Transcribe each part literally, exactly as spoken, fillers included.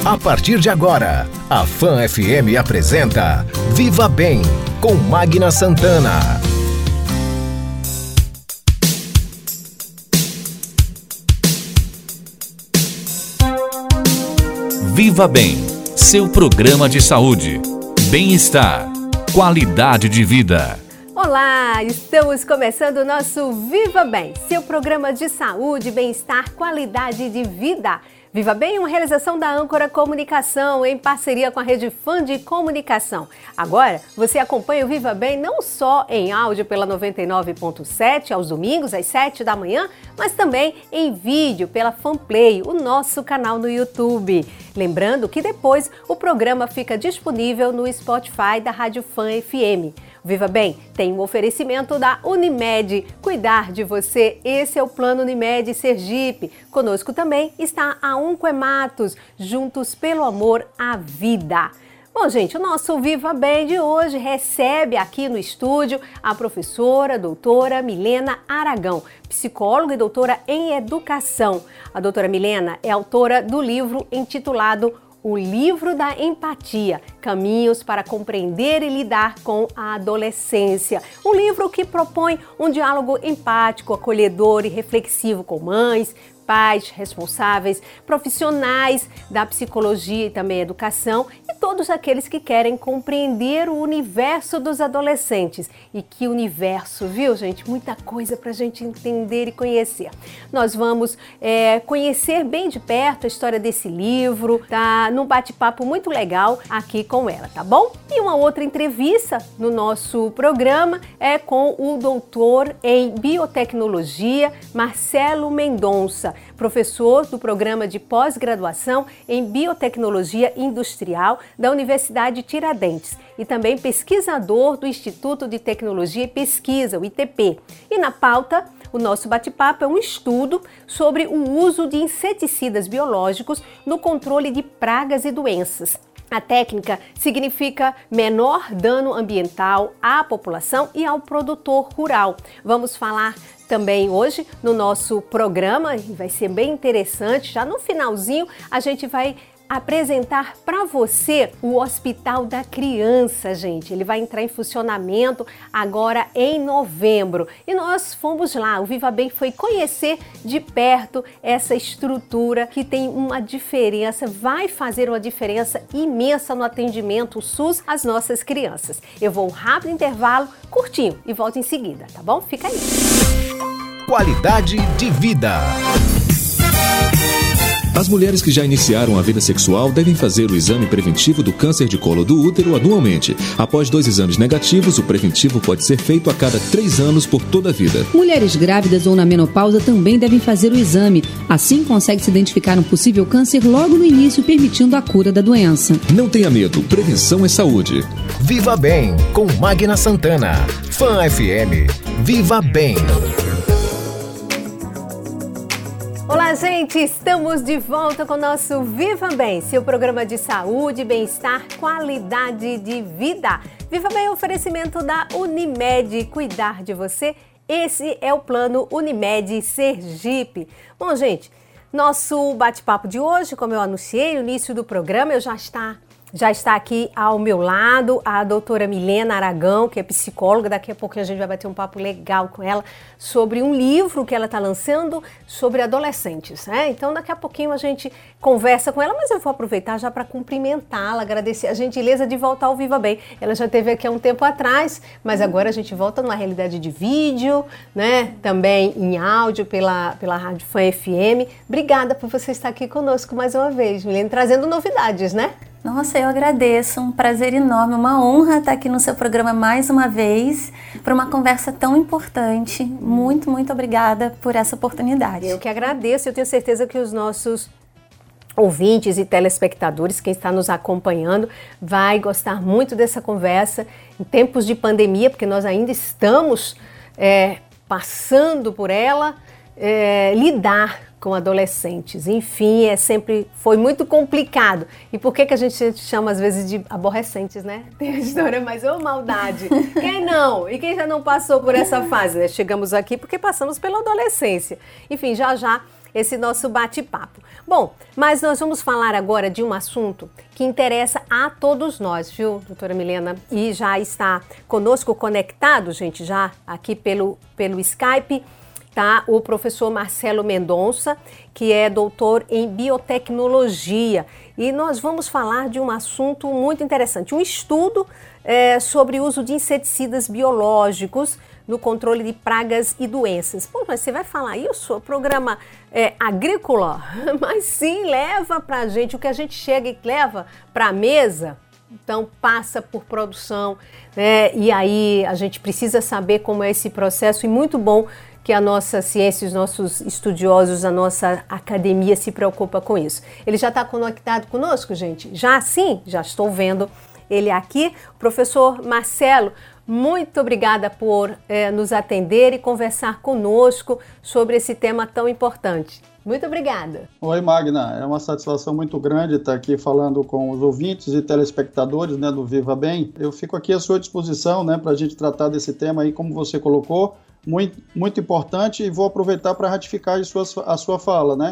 A partir de agora, a Fã F M apresenta Viva Bem, com Magna Santana. Viva Bem, seu programa de saúde, bem-estar, qualidade de vida. Olá, estamos começando o nosso Viva Bem, seu programa de saúde, bem-estar, qualidade de vida. Viva Bem é uma realização da Âncora Comunicação em parceria com a Rede Fã de Comunicação. Agora, você acompanha o Viva Bem não só em áudio pela noventa e nove ponto sete aos domingos às sete da manhã, mas também em vídeo pela Fanplay, o nosso canal no YouTube. Lembrando que depois o programa fica disponível no Spotify da Rádio Fã F M. Viva Bem tem um oferecimento da Unimed. Cuidar de você, esse é o Plano Unimed Sergipe. Conosco também está a Oncoematos, juntos pelo amor à vida. Bom, gente, o nosso Viva Bem de hoje recebe aqui no estúdio a professora doutora Milena Aragão, psicóloga e doutora em educação. A doutora Milena é autora do livro intitulado O Livro da Empatia, Caminhos para Compreender e Lidar com a Adolescência. Um livro que propõe um diálogo empático, acolhedor e reflexivo com mães, pais, responsáveis, profissionais da psicologia e também educação e todos aqueles que querem compreender o universo dos adolescentes. E que universo, viu, gente? Muita coisa para a gente entender e conhecer. Nós vamos é, conhecer bem de perto a história desse livro, tá? Num bate-papo muito legal aqui com ela, tá bom? E uma outra entrevista no nosso programa é com o doutor em biotecnologia, Marcelo Mendonça, professor do programa de pós-graduação em biotecnologia industrial da Universidade Tiradentes e também pesquisador do Instituto de Tecnologia e Pesquisa, o I T P. E na pauta, o nosso bate-papo é um estudo sobre o uso de inseticidas biológicos no controle de pragas e doenças. A técnica significa menor dano ambiental à população e ao produtor rural. Vamos falar também hoje no nosso programa, e vai ser bem interessante, já no finalzinho a gente vai apresentar para você o Hospital da Criança, gente. Ele vai entrar em funcionamento agora em novembro. E nós fomos lá, o Viva Bem foi conhecer de perto essa estrutura que tem uma diferença, vai fazer uma diferença imensa no atendimento SUS às nossas crianças. Eu vou um rápido intervalo, curtinho, e volto em seguida, tá bom? Fica aí. Qualidade de vida. As mulheres que já iniciaram a vida sexual devem fazer o exame preventivo do câncer de colo do útero anualmente. Após dois exames negativos, o preventivo pode ser feito a cada três anos por toda a vida. Mulheres grávidas ou na menopausa também devem fazer o exame. Assim, consegue-se identificar um possível câncer logo no início, permitindo a cura da doença. Não tenha medo, prevenção é saúde. Viva Bem, com Magna Santana. Fã F M. Viva Bem. Olá, gente! Estamos de volta com o nosso Viva Bem, seu programa de saúde, bem-estar, qualidade de vida. Viva Bem é um oferecimento da Unimed. Cuidar de você, esse é o plano Unimed Sergipe. Bom, gente, nosso bate-papo de hoje, como eu anunciei no início do programa, eu já está... Já está aqui ao meu lado a doutora Milena Aragão, que é psicóloga. Daqui a pouco a gente vai bater um papo legal com ela sobre um livro que ela está lançando sobre adolescentes, né? Então daqui a pouquinho a gente conversa com ela, mas eu vou aproveitar já para cumprimentá-la, agradecer a gentileza de voltar ao Viva Bem. Ela já esteve aqui há um tempo atrás, mas agora a gente volta numa realidade de vídeo, né? Também em áudio pela, pela Rádio Fã F M. Obrigada por você estar aqui conosco mais uma vez, Milena, trazendo novidades, né? Nossa, eu agradeço, um prazer enorme, uma honra estar aqui no seu programa mais uma vez, para uma conversa tão importante. Muito, muito obrigada por essa oportunidade. Eu que agradeço, eu tenho certeza que os nossos ouvintes e telespectadores, quem está nos acompanhando, vai gostar muito dessa conversa em tempos de pandemia, porque nós ainda estamos é, passando por ela, é, lidar com adolescentes. Enfim, é sempre, foi muito complicado. E por que que a gente chama às vezes de aborrecentes, né? Tem a história, mas ô maldade. Quem não? E quem já não passou por essa fase, né? Chegamos aqui porque passamos pela adolescência. Enfim, já já esse nosso bate-papo. Bom, mas nós vamos falar agora de um assunto que interessa a todos nós, viu, doutora Milena? E já está conosco conectado, gente, já aqui pelo, pelo Skype, tá? O professor Marcelo Mendonça, que é doutor em biotecnologia. E nós vamos falar de um assunto muito interessante, um estudo é, sobre o uso de inseticidas biológicos no controle de pragas e doenças. Pô, mas você vai falar isso? O programa é, agrícola? Mas sim, leva para a gente o que a gente chega e leva para a mesa. Então passa por produção, né? E aí a gente precisa saber como é esse processo, e muito bom que a nossa ciência, os nossos estudiosos, a nossa academia se preocupa com isso. Ele já está conectado conosco, gente? Já sim, já estou vendo ele aqui. Professor Marcelo, muito obrigada por eh, nos atender e conversar conosco sobre esse tema tão importante. Muito obrigada. Oi, Magna. É uma satisfação muito grande estar aqui falando com os ouvintes e telespectadores, né, do Viva Bem. Eu fico aqui à sua disposição, né, para a gente tratar desse tema aí, como você colocou, muito, muito importante, e vou aproveitar para ratificar a sua, a sua fala, né?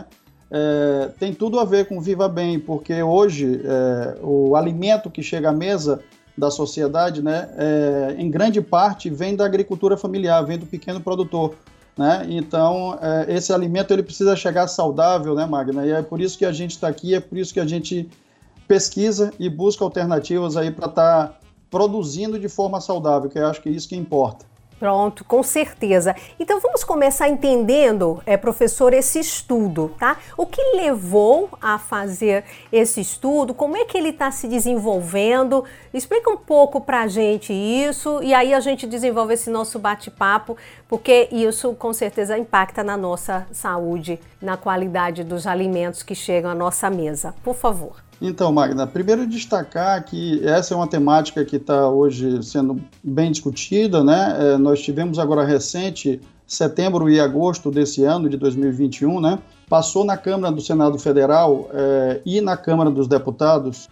É, tem tudo a ver com Viva Bem, porque hoje é, o alimento que chega à mesa da sociedade, né, é, em grande parte vem da agricultura familiar, vem do pequeno produtor, né? Então é, esse alimento ele precisa chegar saudável, né, Magna? E é por isso que a gente está aqui, é por isso que a gente pesquisa e busca alternativas aí para estar tá produzindo de forma saudável, que eu acho que é isso que importa. Pronto, com certeza. Então vamos começar entendendo, é, professor, esse estudo, tá? O que levou a fazer esse estudo? Como é que ele está se desenvolvendo? Explica um pouco para a gente isso, e aí a gente desenvolve esse nosso bate-papo, porque isso com certeza impacta na nossa saúde, na qualidade dos alimentos que chegam à nossa mesa. Por favor. Então, Magna, primeiro destacar que essa é uma temática que está hoje sendo bem discutida, né? É, nós tivemos agora recente, setembro e agosto desse ano, de dois mil e vinte e um, né? Passou na Câmara do Senado Federal é, e na Câmara dos Deputados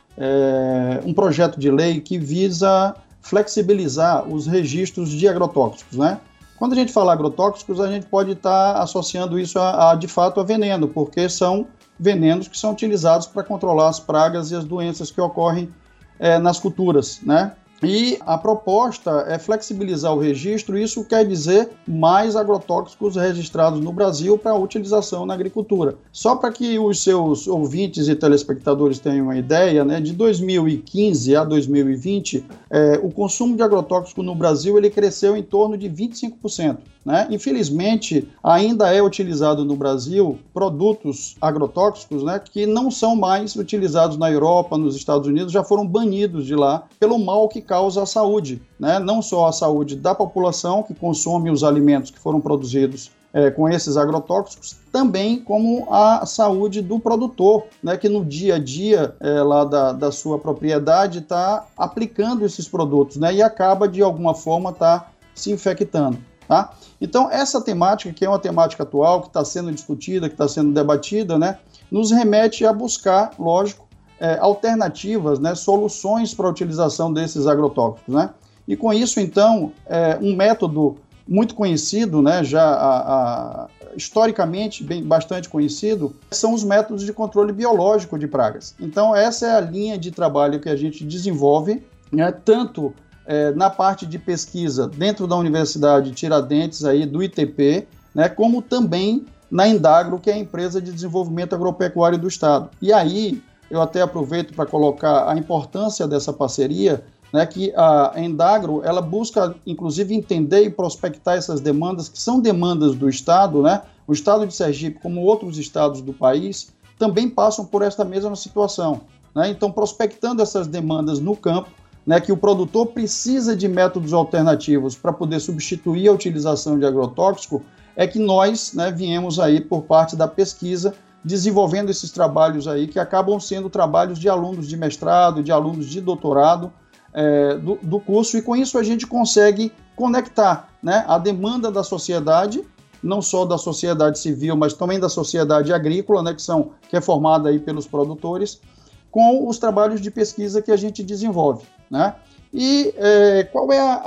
é, um projeto de lei que visa flexibilizar os registros de agrotóxicos, né? Quando a gente fala agrotóxicos, a gente pode estar tá associando isso a, a, de fato, a veneno, porque são venenos que são utilizados para controlar as pragas e as doenças que ocorrem é, nas culturas, né? E a proposta é flexibilizar o registro, isso quer dizer mais agrotóxicos registrados no Brasil para utilização na agricultura. Só para que os seus ouvintes e telespectadores tenham uma ideia, né, de dois mil e quinze a dois mil e vinte, é, o consumo de agrotóxico no Brasil ele cresceu em torno de vinte e cinco por cento. Né? Infelizmente, ainda é utilizado no Brasil produtos agrotóxicos, né, que não são mais utilizados na Europa, nos Estados Unidos, já foram banidos de lá pelo mal que causa à saúde, né? Não só a saúde da população que consome os alimentos que foram produzidos é, com esses agrotóxicos, também como a saúde do produtor, né, que no dia a dia é, lá da, da sua propriedade está aplicando esses produtos, né, e acaba de alguma forma tá se infectando. Tá? Então, essa temática, que é uma temática atual, que está sendo discutida, que está sendo debatida, né, nos remete a buscar, lógico, é, alternativas, né, soluções para a utilização desses agrotóxicos. Né? E com isso, então, é, um método muito conhecido, né, já a, a, historicamente bem, bastante conhecido, são os métodos de controle biológico de pragas. Então, essa é a linha de trabalho que a gente desenvolve, né, tanto É, na parte de pesquisa dentro da Universidade Tiradentes, aí, do I T P, né, como também na Endagro, que é a empresa de desenvolvimento agropecuário do Estado. E aí, eu até aproveito para colocar a importância dessa parceria, né, que a Endagro, ela busca, inclusive, entender e prospectar essas demandas, que são demandas do Estado, né? O Estado de Sergipe, como outros estados do país, também passam por esta mesma situação, né? Então, prospectando essas demandas no campo, né, que o produtor precisa de métodos alternativos para poder substituir a utilização de agrotóxico, é que nós, né, viemos aí por parte da pesquisa desenvolvendo esses trabalhos aí que acabam sendo trabalhos de alunos de mestrado, de alunos de doutorado é, do, do curso, e com isso a gente consegue conectar, né, a demanda da sociedade, não só da sociedade civil, mas também da sociedade agrícola, né, que, são, que é formada aí pelos produtores, com os trabalhos de pesquisa que a gente desenvolve. Né? E é, qual é a,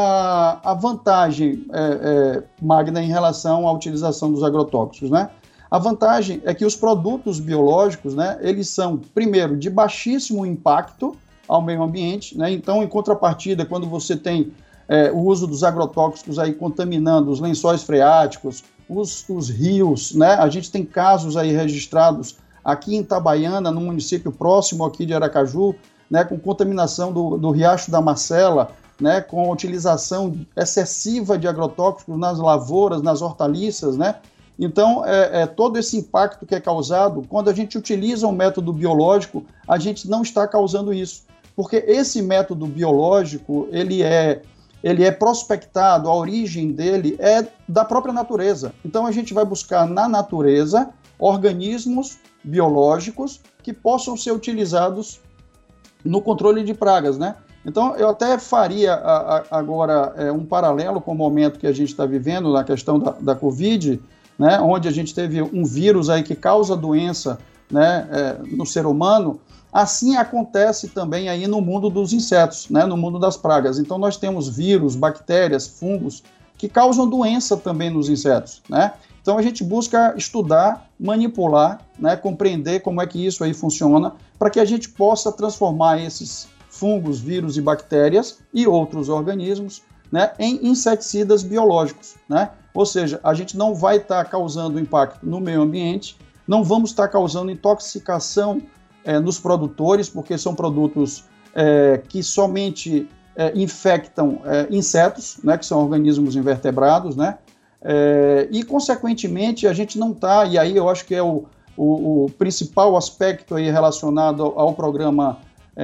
a, a vantagem, é, é, Magna, em relação à utilização dos agrotóxicos? Né? A vantagem é que os produtos biológicos, né, eles são, primeiro, de baixíssimo impacto ao meio ambiente, né? Então, em contrapartida, quando você tem é, o uso dos agrotóxicos aí contaminando os lençóis freáticos, os, os rios, né? A gente tem casos aí registrados aqui em Itabaiana, no município próximo aqui de Aracaju, né, com contaminação do, do Riacho da Marcela, né, com utilização excessiva de agrotóxicos nas lavouras, nas hortaliças, né? Então, é, é, todo esse impacto que é causado, quando a gente utiliza um método biológico, a gente não está causando isso, porque esse método biológico, ele é, ele é prospectado, a origem dele é da própria natureza. Então, a gente vai buscar na natureza organismos biológicos que possam ser utilizados no controle de pragas, né? Então, eu até faria a, a, agora é, um paralelo com o momento que a gente está vivendo na questão da, da Covid, né, onde a gente teve um vírus aí que causa doença, né, é, no ser humano. Assim acontece também aí no mundo dos insetos, né, no mundo das pragas. Então, nós temos vírus, bactérias, fungos, que causam doença também nos insetos, né? Então, a gente busca estudar, manipular, né, compreender como é que isso aí funciona, para que a gente possa transformar esses fungos, vírus e bactérias e outros organismos, né, em inseticidas biológicos, né? Ou seja, a gente não vai estar tá causando impacto no meio ambiente, não vamos estar tá causando intoxicação é, nos produtores, porque são produtos é, que somente é, infectam é, insetos, né, que são organismos invertebrados, né? É, e, consequentemente, a gente não está, e aí eu acho que é o, o, o principal aspecto aí relacionado ao, ao programa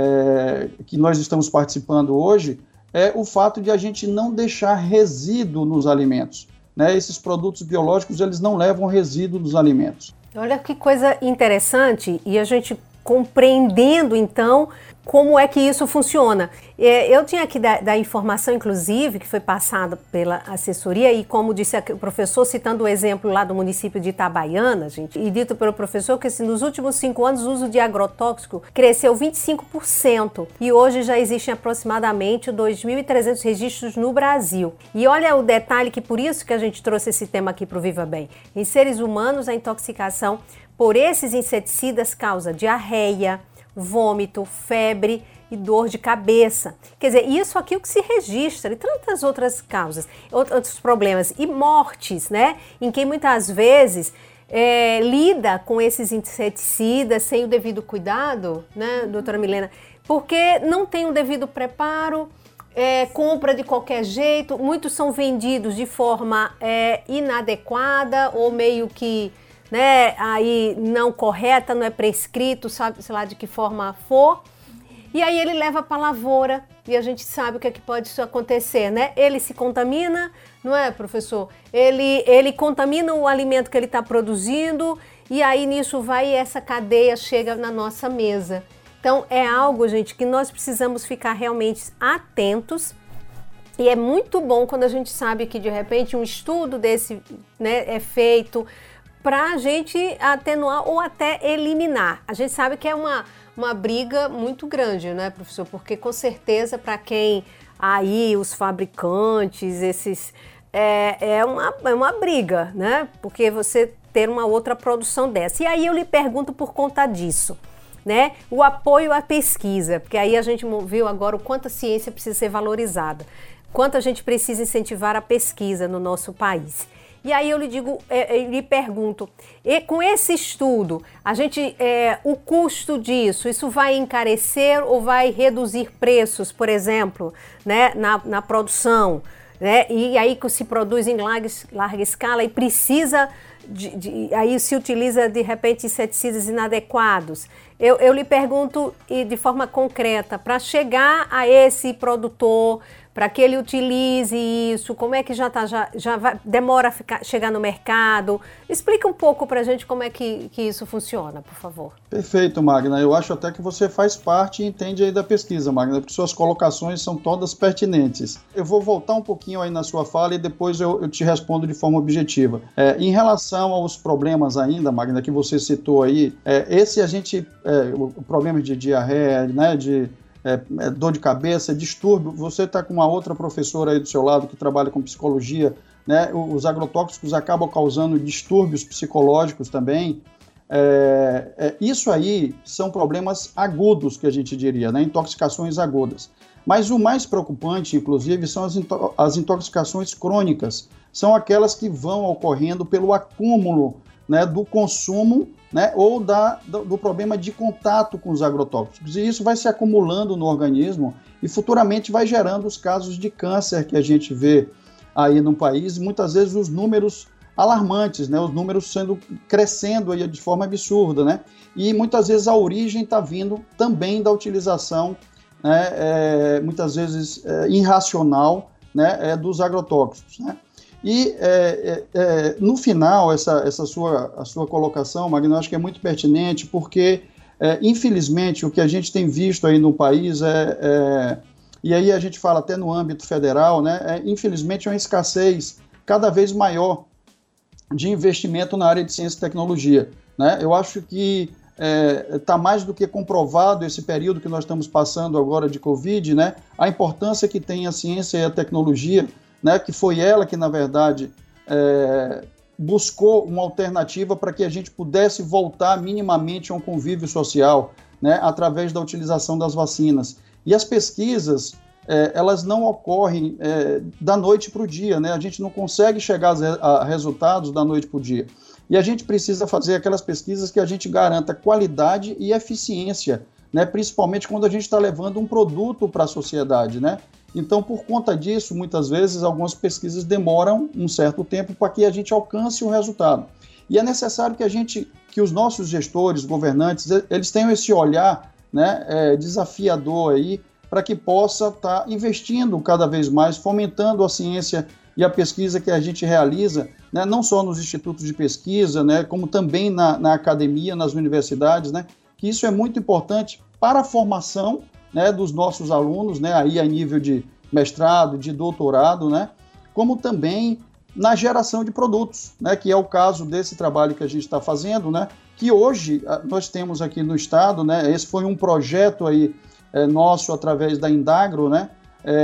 é, que nós estamos participando hoje, é o fato de a gente não deixar resíduo nos alimentos, né? Esses produtos biológicos, eles não levam resíduo nos alimentos. Olha que coisa interessante, e a gente compreendendo, então, como é que isso funciona. Eu tinha aqui da, da informação, inclusive, que foi passada pela assessoria, e como disse o professor, citando o exemplo lá do município de Itabaiana, gente, e dito pelo professor que assim, nos últimos cinco anos o uso de agrotóxico cresceu vinte e cinco por cento, e hoje já existem aproximadamente dois mil e trezentos registros no Brasil. E olha o detalhe, que por isso que a gente trouxe esse tema aqui para o Viva Bem. Em seres humanos, a intoxicação por esses inseticidas causa diarreia, vômito, febre e dor de cabeça. Quer dizer, isso aqui é o que se registra, e tantas outras causas, outros problemas, e mortes, né? Em quem muitas vezes é, lida com esses inseticidas sem o devido cuidado, né, doutora Milena? Porque não tem o devido preparo, é, compra de qualquer jeito, muitos são vendidos de forma é, inadequada ou meio que, né, aí não correta, não é prescrito, sabe, sei lá de que forma for, e aí ele leva para a lavoura, e a gente sabe o que é que pode isso acontecer, né? Ele se contamina, não é, professor? Ele, ele contamina o alimento que ele está produzindo, e aí nisso vai e essa cadeia chega na nossa mesa. Então é algo, gente, que nós precisamos ficar realmente atentos. E é muito bom quando a gente sabe que de repente um estudo desse, né, é feito para a gente atenuar ou até eliminar. A gente sabe que é uma, uma briga muito grande, né, professor? Porque com certeza para quem aí, os fabricantes, esses, é, é, uma, é uma briga, né? Porque você ter uma outra produção dessa. E aí eu lhe pergunto por conta disso, né? O apoio à pesquisa, porque aí a gente viu agora o quanto a ciência precisa ser valorizada, quanto a gente precisa incentivar a pesquisa no nosso país. E aí eu lhe digo, é, eu lhe pergunto, e com esse estudo, a gente, é, o custo disso, isso vai encarecer ou vai reduzir preços, por exemplo, né, na, na produção, né? E aí que se produz em larga, larga escala e precisa, de, de, aí se utiliza de repente inseticidas inadequados. Eu, eu lhe pergunto e de forma concreta, para chegar a esse produtor, para que ele utilize isso, como é que já está, já, já vai, demora a ficar, chegar no mercado? Explica um pouco para a gente como é que, que isso funciona, por favor. Perfeito, Magna. Eu acho até que você faz parte e entende aí da pesquisa, Magna, porque suas colocações são todas pertinentes. Eu vou voltar um pouquinho aí na sua fala e depois eu, eu te respondo de forma objetiva. É, em relação aos problemas ainda, Magna, que você citou aí, é, esse a gente, é, o, o problema de diarreia, né, de É, é, dor de cabeça, distúrbio, você está com uma outra professora aí do seu lado que trabalha com psicologia, né? Os agrotóxicos acabam causando distúrbios psicológicos também. É, é, isso aí são problemas agudos, que a gente diria, né? Intoxicações agudas. Mas o mais preocupante, inclusive, são as, into- as intoxicações crônicas. São aquelas que vão ocorrendo pelo acúmulo, né, do consumo, né, ou da, do, do problema de contato com os agrotóxicos. E isso vai se acumulando no organismo e futuramente vai gerando os casos de câncer que a gente vê aí no país, e muitas vezes os números alarmantes, né, os números sendo crescendo aí de forma absurda, né, e muitas vezes a origem está vindo também da utilização, né, é, muitas vezes é, irracional, né, é, dos agrotóxicos, né. E é, é, é, no final, essa, essa sua, a sua colocação, Magno, acho que é muito pertinente, porque é, infelizmente o que a gente tem visto aí no país é, é e aí a gente fala até no âmbito federal, né, é, infelizmente é uma escassez cada vez maior de investimento na área de ciência e tecnologia, né? Eu acho que está é, mais do que comprovado esse período que nós estamos passando agora de Covid, né? A importância que tem a ciência e a tecnologia, né? Que foi ela que, na verdade, é, buscou uma alternativa para que a gente pudesse voltar minimamente a um convívio social, né? Através da utilização das vacinas. E as pesquisas, é, elas não ocorrem é, da noite para o dia, né? A gente não consegue chegar a resultados da noite para o dia. E a gente precisa fazer aquelas pesquisas que a gente garanta qualidade e eficiência, né? Principalmente quando a gente está levando um produto para a sociedade, né? Então, por conta disso, muitas vezes, algumas pesquisas demoram um certo tempo para que a gente alcance o resultado. E é necessário que a gente, que os nossos gestores, governantes, eles tenham esse olhar, né, é, desafiador aí, para que possa estar tá investindo cada vez mais, fomentando a ciência e a pesquisa que a gente realiza, né, não só nos institutos de pesquisa, né, como também na, na academia, nas universidades, né, que isso é muito importante para a formação, né, dos nossos alunos, né, aí a nível de mestrado, de doutorado, né, como também na geração de produtos, né, que é o caso desse trabalho que a gente está fazendo, né, que hoje nós temos aqui no estado, né, esse foi um projeto aí é, nosso através da Indagro, né,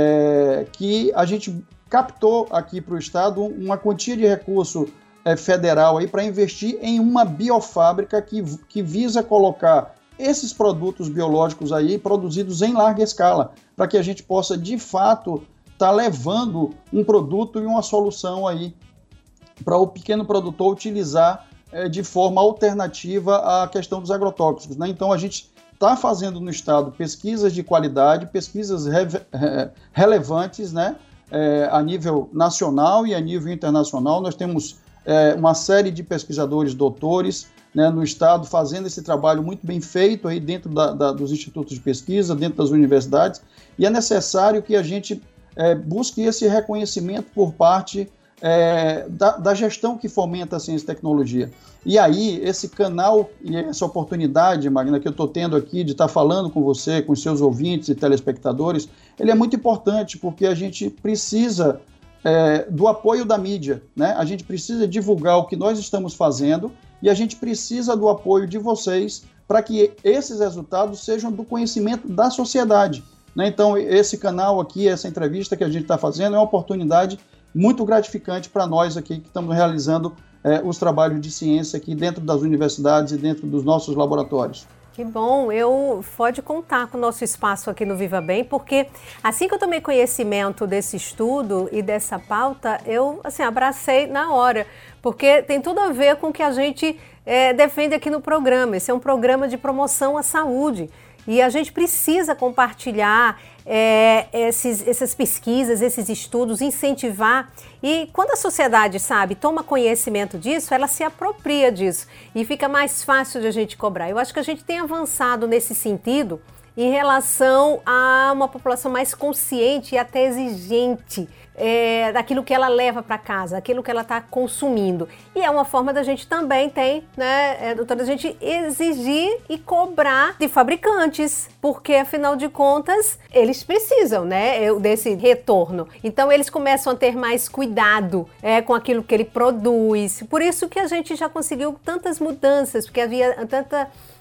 é, que a gente captou aqui para o estado uma quantia de recurso é, federal aí para investir em uma biofábrica que, que visa colocar esses produtos biológicos aí produzidos em larga escala, para que a gente possa, de fato, estar tá levando um produto e uma solução aí para o pequeno produtor utilizar é, de forma alternativa à questão dos agrotóxicos, né? Então, a gente está fazendo no estado pesquisas de qualidade, pesquisas re- re- relevantes, né? É, a nível nacional e a nível internacional. Nós temos é, uma série de pesquisadores doutores, né, no estado, fazendo esse trabalho muito bem feito aí dentro da, da, dos institutos de pesquisa, dentro das universidades, e é necessário que a gente é, busque esse reconhecimento por parte é, da, da gestão que fomenta a ciência e tecnologia. E aí, esse canal e essa oportunidade, Magna, que eu estou tendo aqui de estar falando com você, com os seus ouvintes e telespectadores, ele é muito importante porque a gente precisa é, do apoio da mídia, né? A gente precisa divulgar o que nós estamos fazendo e a gente precisa do apoio de vocês para que esses resultados sejam do conhecimento da sociedade, né? Então, esse canal aqui, essa entrevista que a gente está fazendo é uma oportunidade muito gratificante para nós aqui que estamos realizando é, os trabalhos de ciência aqui dentro das universidades e dentro dos nossos laboratórios. Que bom, eu pode contar com o nosso espaço aqui no Viva Bem, porque assim que eu tomei conhecimento desse estudo e dessa pauta, eu assim, abracei na hora, porque tem tudo a ver com o que a gente é, defende aqui no programa. Esse é um programa de promoção à saúde e a gente precisa compartilhar é, esses, essas pesquisas, esses estudos, incentivar. E quando a sociedade, sabe, toma conhecimento disso, ela se apropria disso e fica mais fácil de a gente cobrar. Eu acho que a gente tem avançado nesse sentido em relação a uma população mais consciente e até exigente é, daquilo que ela leva para casa, aquilo que ela está consumindo. E é uma forma da gente também tem, né, é, doutora, a gente exigir e cobrar de fabricantes, porque afinal de contas eles precisam, né, desse retorno. Então eles começam a ter mais cuidado é, com aquilo que ele produz. Por isso que a gente já conseguiu tantas mudanças, porque havia tanta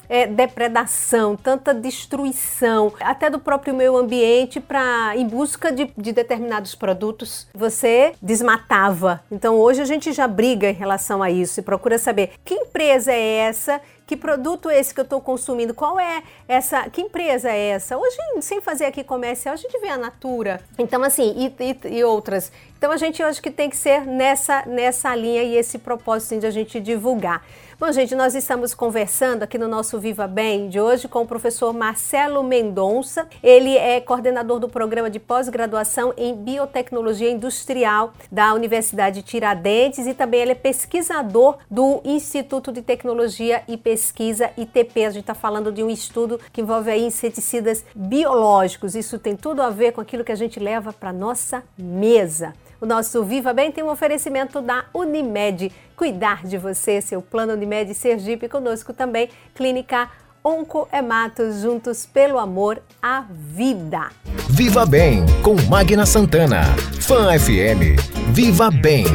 é, depredação, tanta destruição, até do próprio meio ambiente, pra, em busca de, de determinados produtos, você desmatava. Então hoje a gente já briga em relação a isso e procura saber que empresa é essa, que produto é esse que eu estou consumindo, qual é essa, que empresa é essa? Hoje, sem fazer aqui comercial, a gente vê a Natura, então assim, e, e, e outras. Então a gente acho que tem que ser nessa, nessa linha e esse propósito assim, de a gente divulgar. Bom, gente, nós estamos conversando aqui no nosso Viva Bem de hoje com o professor Marcelo Mendonça. Ele é coordenador do programa de pós-graduação em Biotecnologia Industrial da Universidade Tiradentes e também ele é pesquisador do Instituto de Tecnologia e Pesquisa I T P. A gente está falando de um estudo que envolve aí inseticidas biológicos. Isso tem tudo a ver com aquilo que a gente leva para nossa mesa. O nosso Viva Bem tem um oferecimento da Unimed. Cuidar de você, seu plano Unimed Sergipe, conosco também, Clínica Oncohematos, juntos pelo amor à vida. Viva Bem, com Magna Santana. Fã F M, Viva Bem.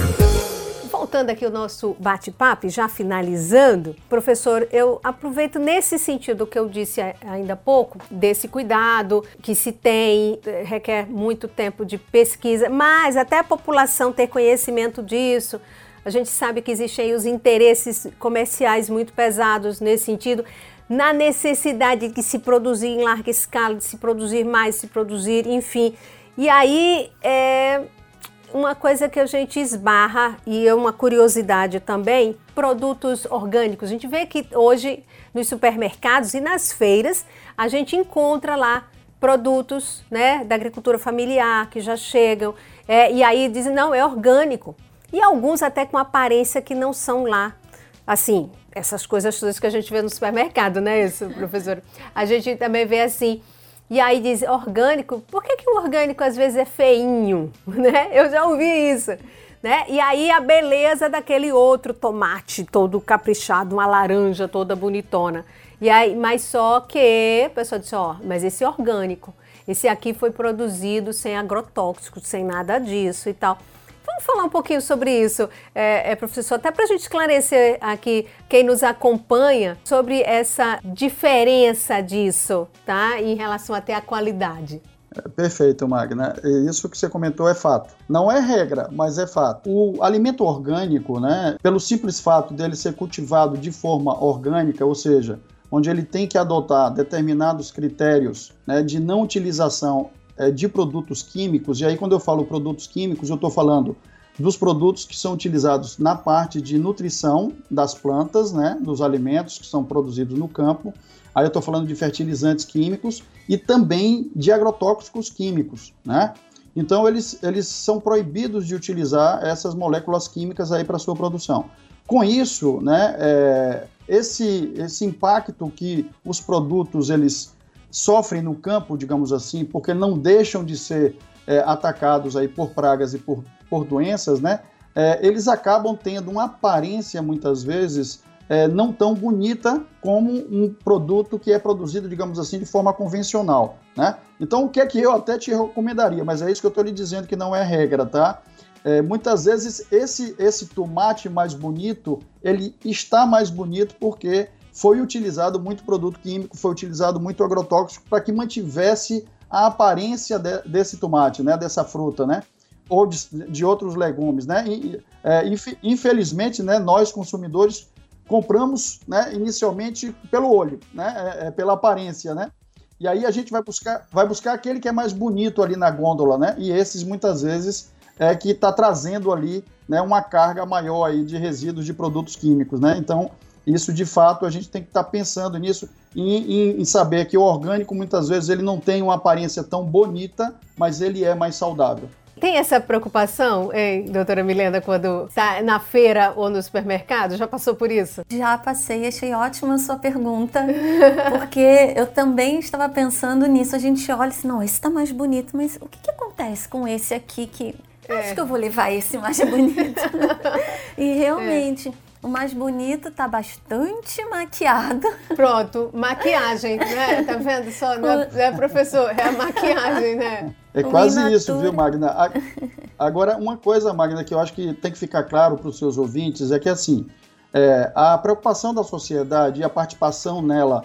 Voltando aqui o nosso bate-papo, já finalizando, professor, eu aproveito nesse sentido que eu disse ainda há pouco, desse cuidado que se tem, requer muito tempo de pesquisa, mas até a população ter conhecimento disso. A gente sabe que existem aí os interesses comerciais muito pesados nesse sentido, na necessidade de se produzir em larga escala, de se produzir mais, se produzir, enfim. E aí, é... uma coisa que a gente esbarra, e é uma curiosidade também, produtos orgânicos. A gente vê que hoje nos supermercados e nas feiras a gente encontra lá produtos, né, da agricultura familiar que já chegam, é, e aí dizem, não, é orgânico. E alguns até com aparência que não são lá, assim, essas coisas todas que a gente vê no supermercado, né, isso, professor? A gente também vê assim... E aí diz orgânico, por que, que o orgânico às vezes é feinho, né? Eu já ouvi isso, né? E aí a beleza daquele outro tomate todo caprichado, uma laranja toda bonitona. E aí, mas só que a pessoa disse, ó, mas esse é orgânico, esse aqui foi produzido sem agrotóxicos, sem nada disso e tal. Vamos falar um pouquinho sobre isso, é, é, professor, até para a gente esclarecer aqui quem nos acompanha sobre essa diferença disso, tá? Em relação até à qualidade. É, perfeito, Magna. Isso que você comentou é fato. Não é regra, mas é fato. O alimento orgânico, né, pelo simples fato dele ser cultivado de forma orgânica, ou seja, onde ele tem que adotar determinados critérios, né, de não utilização de produtos químicos, e aí quando eu falo produtos químicos, eu estou falando dos produtos que são utilizados na parte de nutrição das plantas, né, dos alimentos que são produzidos no campo, aí eu estou falando de fertilizantes químicos e também de agrotóxicos químicos, né? Então eles, eles são proibidos de utilizar essas moléculas químicas aí para sua produção. Com isso, né, é, esse, esse impacto que os produtos eles sofrem no campo, digamos assim, porque não deixam de ser é, atacados aí por pragas e por, por doenças, né? É, eles acabam tendo uma aparência, muitas vezes, é, não tão bonita como um produto que é produzido, digamos assim, de forma convencional, né? Então, o que é que eu até te recomendaria? Mas é isso que eu estou lhe dizendo que não é regra, tá? É, muitas vezes, esse, esse tomate mais bonito, ele está mais bonito porque foi utilizado muito produto químico, foi utilizado muito agrotóxico para que mantivesse a aparência de, desse tomate, né, dessa fruta, né, ou de, de outros legumes, né. E, é, infelizmente, né, nós consumidores compramos, né, inicialmente pelo olho, né, é, é, pela aparência, né. E aí a gente vai buscar, vai buscar aquele que é mais bonito ali na gôndola, né, e esses muitas vezes é que está trazendo ali, né, uma carga maior aí de resíduos de produtos químicos, né. Então isso, de fato, a gente tem que estar tá pensando nisso em, em, em saber que o orgânico, muitas vezes, ele não tem uma aparência tão bonita, mas ele é mais saudável. Tem essa preocupação, hein, doutora Milena, quando está na feira ou no supermercado? Já passou por isso? Já passei, achei ótima a sua pergunta, porque eu também estava pensando nisso. A gente olha assim, não, esse está mais bonito, mas o que, que acontece com esse aqui que... É. Acho que eu vou levar esse mais bonito. E realmente... É. O mais bonito tá bastante maquiado. Pronto, maquiagem, né? Tá vendo só, né, né, professor? É a maquiagem, né? É quase isso, viu, Magna? Agora, uma coisa, Magna, que eu acho que tem que ficar claro para os seus ouvintes é que, assim, É, a preocupação da sociedade e a participação nela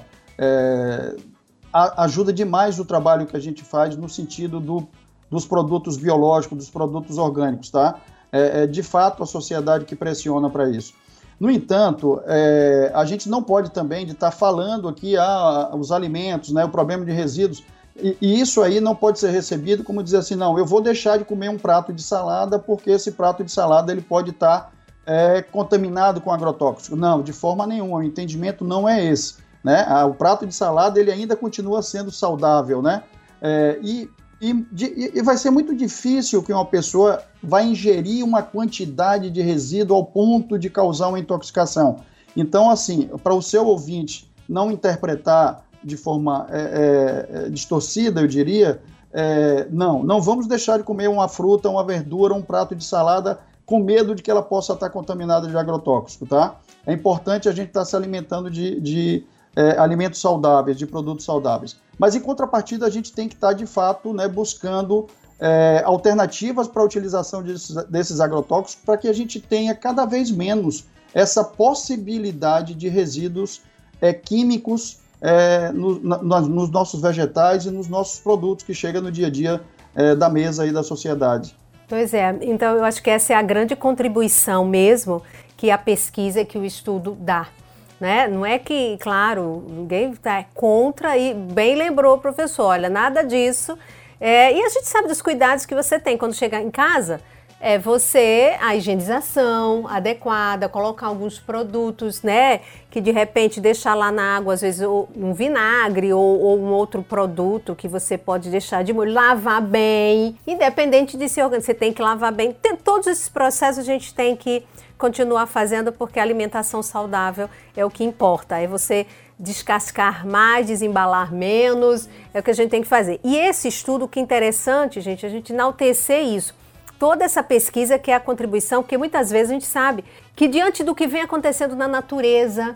é, a, ajuda demais o trabalho que a gente faz no sentido do, dos produtos biológicos, dos produtos orgânicos, tá? É, é de fato a sociedade que pressiona para isso. No entanto, é, a gente não pode também de estar tá falando aqui ah, os alimentos, né, o problema de resíduos, e, e isso aí não pode ser recebido como dizer assim, não, eu vou deixar de comer um prato de salada porque esse prato de salada ele pode estar tá, é, contaminado com agrotóxico. Não, de forma nenhuma, o entendimento não é esse, né? Ah, o prato de salada ele ainda continua sendo saudável, né? É, e, e, e vai ser muito difícil que uma pessoa vai ingerir uma quantidade de resíduo ao ponto de causar uma intoxicação. Então, assim, para o seu ouvinte não interpretar de forma é, é, distorcida, eu diria, é, não, não vamos deixar de comer uma fruta, uma verdura, um prato de salada com medo de que ela possa estar contaminada de agrotóxico, tá? É importante a gente estar se alimentando de, de é, alimentos saudáveis, de produtos saudáveis. Mas, em contrapartida, a gente tem que estar, de fato, né, buscando é, alternativas para a utilização desses, desses agrotóxicos para que a gente tenha cada vez menos essa possibilidade de resíduos é, químicos é, no, na, nos nossos vegetais e nos nossos produtos que chegam no dia a dia é, da mesa aí da sociedade. Pois é, então eu acho que essa é a grande contribuição mesmo que a pesquisa, que o estudo dá, né? Não é que, claro, ninguém está contra e bem lembrou o professor, olha, nada disso. É, e a gente sabe dos cuidados que você tem quando chegar em casa, é você, a higienização adequada, colocar alguns produtos, né, que de repente deixar lá na água, às vezes um vinagre ou, ou um outro produto que você pode deixar de molho, lavar bem, independente de se você tem que lavar bem. Tem, todos esses processos a gente tem que continuar fazendo porque a alimentação saudável é o que importa, é você descascar mais, desembalar menos, é o que a gente tem que fazer. E esse estudo, que é interessante, gente, a gente enaltecer isso. Toda essa pesquisa que é a contribuição, porque muitas vezes a gente sabe que diante do que vem acontecendo na natureza,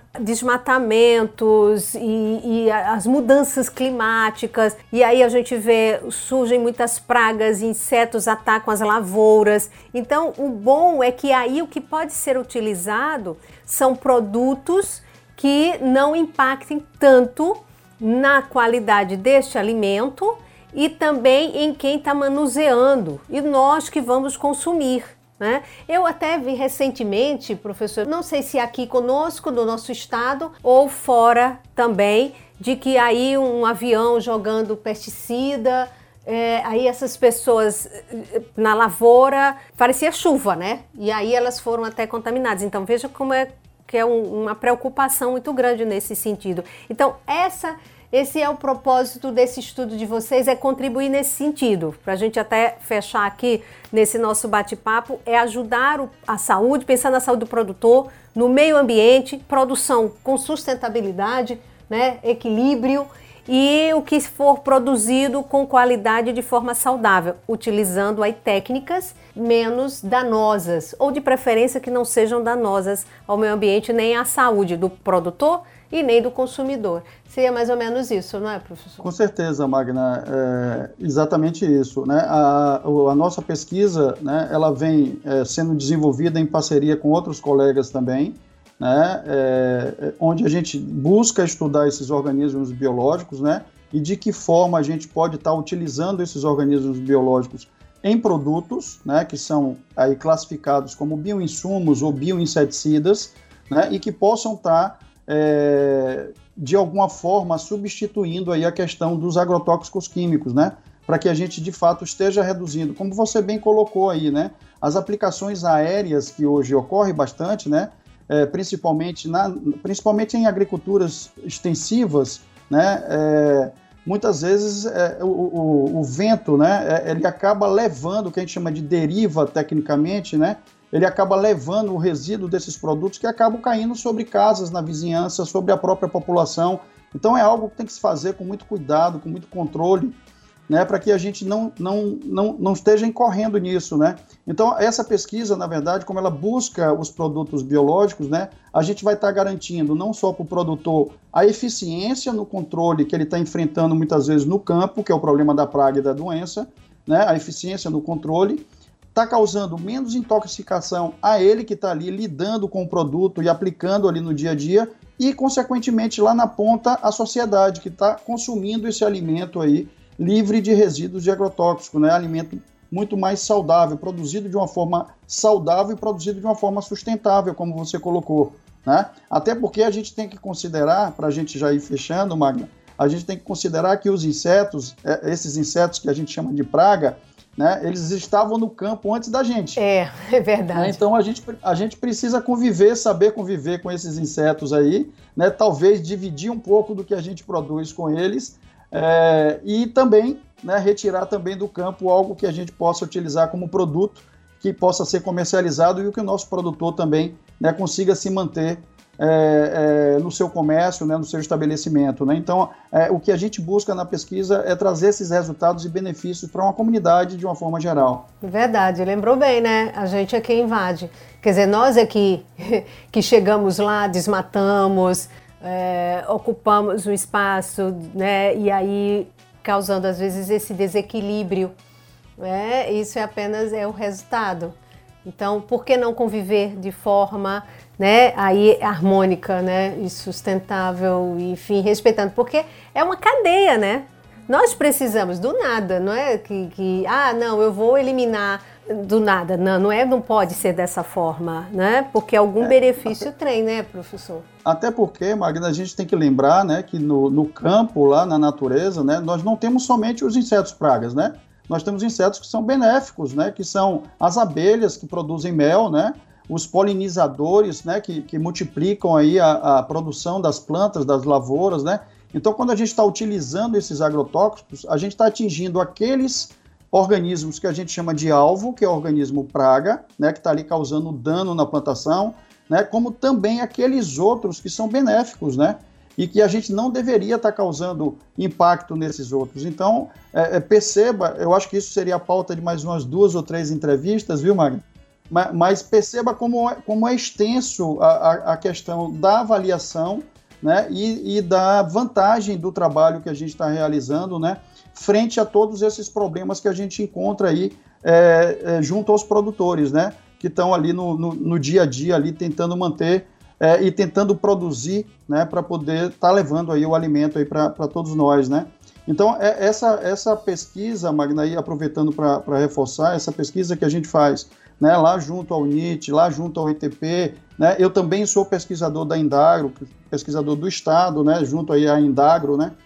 desmatamentos e, e as mudanças climáticas, e aí a gente vê, surgem muitas pragas, insetos atacam as lavouras. Então, o bom é que aí o que pode ser utilizado são produtos que não impactem tanto na qualidade deste alimento e também em quem está manuseando, e nós que vamos consumir, né? Eu até vi recentemente, professor, não sei se aqui conosco, no nosso estado, ou fora também, de que aí um avião jogando pesticida, é, aí essas pessoas na lavoura, parecia chuva, né? E aí elas foram até contaminadas. Então veja como é que é um, uma preocupação muito grande nesse sentido. Então essa... Esse é o propósito desse estudo de vocês, é contribuir nesse sentido. Para a gente até fechar aqui nesse nosso bate-papo, é ajudar o, a saúde, pensar na saúde do produtor, no meio ambiente, produção com sustentabilidade, né, equilíbrio, e o que for produzido com qualidade de forma saudável, utilizando aí técnicas menos danosas, ou de preferência que não sejam danosas ao meio ambiente nem à saúde do produtor e nem do consumidor. Seria mais ou menos isso, não é, professor? Com certeza, Magna, é exatamente isso, né? A, a nossa pesquisa, né, ela vem é, sendo desenvolvida em parceria com outros colegas também, né, é, onde a gente busca estudar esses organismos biológicos, né, e de que forma a gente pode estar utilizando esses organismos biológicos em produtos, né, que são aí classificados como bioinsumos ou bioinseticidas, né, e que possam estar É, de alguma forma substituindo aí a questão dos agrotóxicos químicos, né? Para que a gente de fato esteja reduzindo, como você bem colocou aí, né? As aplicações aéreas que hoje ocorrem bastante, né? É, principalmente, na, principalmente em agriculturas extensivas, né? É, muitas vezes é, o, o, o vento, né? É, ele acaba levando o que a gente chama de deriva tecnicamente, né? Ele acaba levando o resíduo desses produtos que acabam caindo sobre casas na vizinhança, sobre a própria população. Então é algo que tem que se fazer com muito cuidado, com muito controle, né, para que a gente não, não, não, não esteja incorrendo nisso, né? Então essa pesquisa, na verdade, como ela busca os produtos biológicos, né, a gente vai estar garantindo não só para o produtor a eficiência no controle que ele está enfrentando muitas vezes no campo, que é o problema da praga e da doença, né, a eficiência no controle, está causando menos intoxicação a ele que está ali lidando com o produto e aplicando ali no dia a dia e, consequentemente, lá na ponta, a sociedade que está consumindo esse alimento aí livre de resíduos de agrotóxico, né? Alimento muito mais saudável, produzido de uma forma saudável e produzido de uma forma sustentável, como você colocou, né? Até porque a gente tem que considerar, para a gente já ir fechando, Magna, a gente tem que considerar que os insetos, esses insetos que a gente chama de praga, né, eles estavam no campo antes da gente. É, é verdade. Né? Então a gente, a gente precisa conviver, saber conviver com esses insetos aí, né, talvez dividir um pouco do que a gente produz com eles, é, e também, né, retirar também do campo algo que a gente possa utilizar como produto, que possa ser comercializado e o que o nosso produtor também, né, consiga se manter É, é, no seu comércio, né, no seu estabelecimento. Né? Então, é, o que a gente busca na pesquisa é trazer esses resultados e benefícios para uma comunidade de uma forma geral. Verdade, lembrou bem, né? A gente é quem invade. Quer dizer, nós é que, que chegamos lá, desmatamos, é, ocupamos um espaço, né? E aí causando, às vezes, esse desequilíbrio. Né? Isso é apenas é o resultado. Então, por que não conviver de forma, né, aí harmônica, né, e sustentável, enfim, respeitando? Porque é uma cadeia, né? Nós precisamos do nada, não é que, que ah, não, eu vou eliminar do nada. Não, não é, não pode ser dessa forma, né? Porque algum é, benefício até, tem, né, professor? Até porque, Magna, a gente tem que lembrar, né, que no, no campo, lá na natureza, né, nós não temos somente os insetos pragas, né? Nós temos insetos que são benéficos, né, que são as abelhas que produzem mel, né, os polinizadores, né, que, que multiplicam aí a, a produção das plantas, das lavouras, né. Então, quando a gente está utilizando esses agrotóxicos, a gente está atingindo aqueles organismos que a gente chama de alvo, que é o organismo praga, né, que está ali causando dano na plantação, né, como também aqueles outros que são benéficos, né, e que a gente não deveria estar causando impacto nesses outros. Então, é, é, perceba, eu acho que isso seria a pauta de mais umas duas ou três entrevistas, viu, Magna? Mas, mas perceba como é, como é extenso a, a, a questão da avaliação, né, e, e da vantagem do trabalho que a gente está realizando, né, frente a todos esses problemas que a gente encontra aí é, é, junto aos produtores, né, que estão ali no, no, no dia a dia, ali tentando manter É, e tentando produzir, né, para poder estar tá levando aí o alimento aí para todos nós, né? Então, é, essa, essa pesquisa, Magna, aí, aproveitando para reforçar, essa pesquisa que a gente faz, né, lá junto ao N I T, lá junto ao I T P, né, eu também sou pesquisador da Indagro, pesquisador do Estado, né, junto aí à Indagro, né,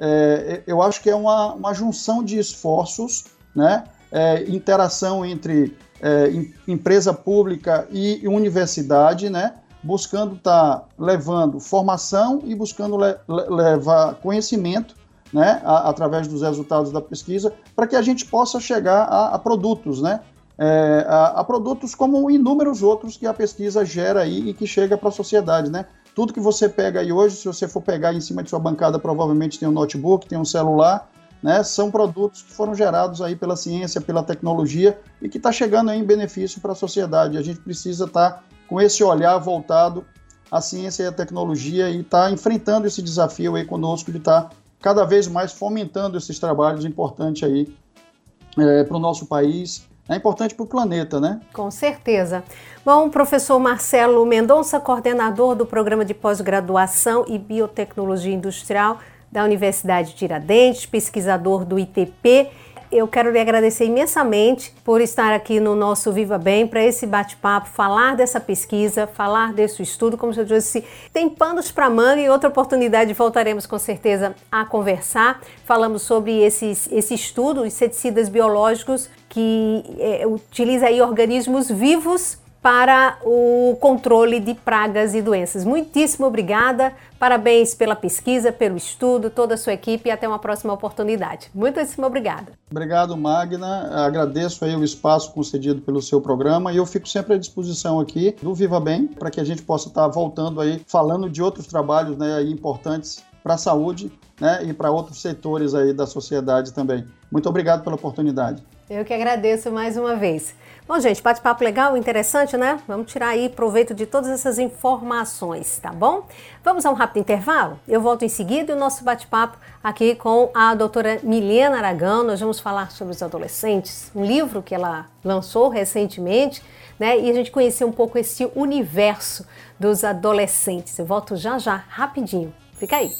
é, eu acho que é uma, uma junção de esforços, né, é, interação entre é, empresa pública e universidade, né, buscando estar tá levando formação e buscando le levar conhecimento, né, a, através dos resultados da pesquisa, para que a gente possa chegar a, a produtos, né, é, a, a produtos como inúmeros outros que a pesquisa gera aí e que chega para a sociedade, né. Tudo que você pega aí hoje, se você for pegar em cima de sua bancada, provavelmente tem um notebook, tem um celular, né, são produtos que foram gerados aí pela ciência, pela tecnologia e que está chegando aí em benefício para a sociedade. A gente precisa estar tá com esse olhar voltado à ciência e à tecnologia e estar tá enfrentando esse desafio aí conosco de estar tá cada vez mais fomentando esses trabalhos importantes aí é, para o nosso país, é importante para o planeta, né? Com certeza. Bom, professor Marcelo Mendonça, coordenador do Programa de Pós-Graduação e Biotecnologia Industrial da Universidade de Tiradentes, pesquisador do I T P. Eu quero lhe agradecer imensamente por estar aqui no nosso Viva Bem para esse bate-papo, falar dessa pesquisa, falar desse estudo, como eu disse, tem panos para manga e outra oportunidade voltaremos com certeza a conversar. Falamos sobre esses, esse estudo, inseticidas biológicos que é, utiliza aí organismos vivos para o controle de pragas e doenças. Muitíssimo obrigada, parabéns pela pesquisa, pelo estudo, toda a sua equipe e até uma próxima oportunidade. Muitíssimo obrigada. Obrigado, Magna. Agradeço aí o espaço concedido pelo seu programa e eu fico sempre à disposição aqui do Viva Bem para que a gente possa estar voltando aí, falando de outros trabalhos, né, aí importantes para a saúde, né, e para outros setores aí da sociedade também. Muito obrigado pela oportunidade. Eu que agradeço mais uma vez. Bom, gente, bate-papo legal, interessante, né? Vamos tirar aí proveito de todas essas informações, tá bom? Vamos a um rápido intervalo? Eu volto em seguida e o nosso bate-papo aqui com a doutora Milena Aragão. Nós vamos falar sobre os adolescentes, um livro que ela lançou recentemente, né? E a gente conhecer um pouco esse universo dos adolescentes. Eu volto já já, rapidinho. Fica aí.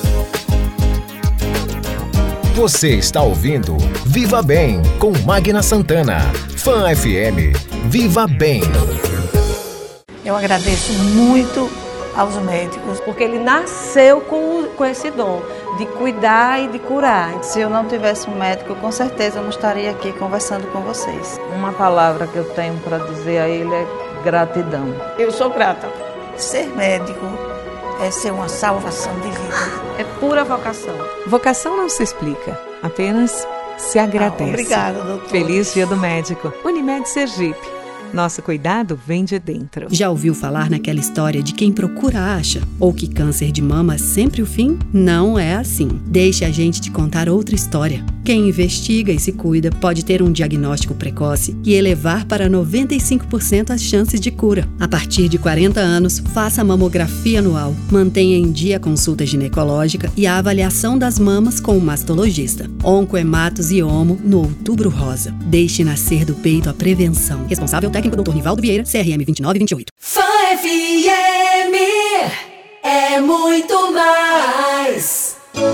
Você está ouvindo Viva Bem com Magna Santana. Fã F M. Viva Bem. Eu agradeço muito aos médicos, porque ele nasceu com, com esse dom de cuidar e de curar. Se eu não tivesse um médico, com certeza eu não estaria aqui conversando com vocês. Uma palavra que eu tenho para dizer a ele é gratidão. Eu sou grata. Ser médico é ser uma salvação de vida. É pura vocação. Vocação não se explica, apenas se agradece. Ah, obrigada, doutor. Feliz Dia do Médico. Unimed Sergipe. Nosso cuidado vem de dentro. Já ouviu falar naquela história de quem procura acha? Ou que câncer de mama é sempre o fim? Não é assim. Deixe a gente te contar outra história. Quem investiga e se cuida pode ter um diagnóstico precoce e elevar para noventa e cinco por cento as chances de cura. A partir de quarenta anos, faça a mamografia anual. Mantenha em dia a consulta ginecológica e a avaliação das mamas com o mastologista. Oncohematos e Omo no Outubro Rosa. Deixe nascer do peito a prevenção. Responsável técnico doutor Nivaldo Vieira, C R M vinte e nove vinte e oito. Fã F M é muito mais.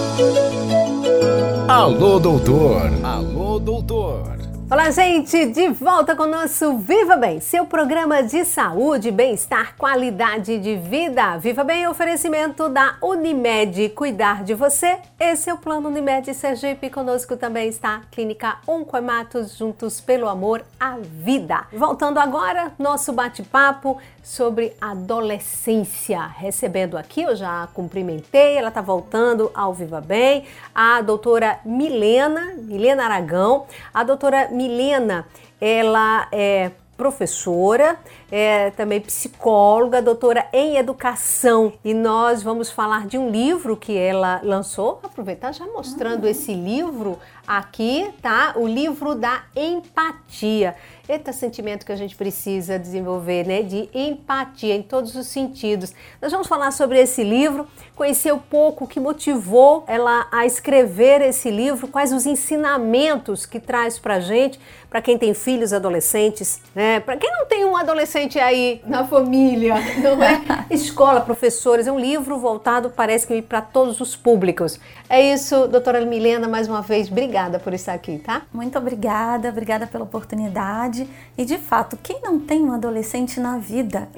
Alô, doutor. Alô, doutor. Olá, gente, de volta com o nosso Viva Bem, seu programa de saúde, bem-estar, qualidade de vida. Viva Bem, oferecimento da Unimed, cuidar de você. Esse é o plano Unimed Sergipe. Conosco também está a Clínica Oncohematos, juntos pelo amor à vida. Voltando agora, nosso bate-papo sobre adolescência. Recebendo aqui, eu já cumprimentei, ela está voltando ao Viva Bem, a doutora Milena, Milena Aragão. A doutora Milena, ela é professora, é também psicóloga, doutora em educação, e nós vamos falar de um livro que ela lançou. Aproveitar já mostrando uhum. esse livro aqui, tá? O livro da empatia. Eita, sentimento que a gente precisa desenvolver, né? De empatia em todos os sentidos. Nós vamos falar sobre esse livro, conhecer um pouco o que motivou ela a escrever esse livro, quais os ensinamentos que traz pra gente, para quem tem filhos adolescentes, né? Para quem não tem um adolescente aí na família, não é? Escola, professores, é um livro voltado, parece que para todos os públicos. É isso, doutora Milena, mais uma vez, obrigada por estar aqui, tá? Muito obrigada, obrigada pela oportunidade. E de fato, quem não tem um adolescente na vida?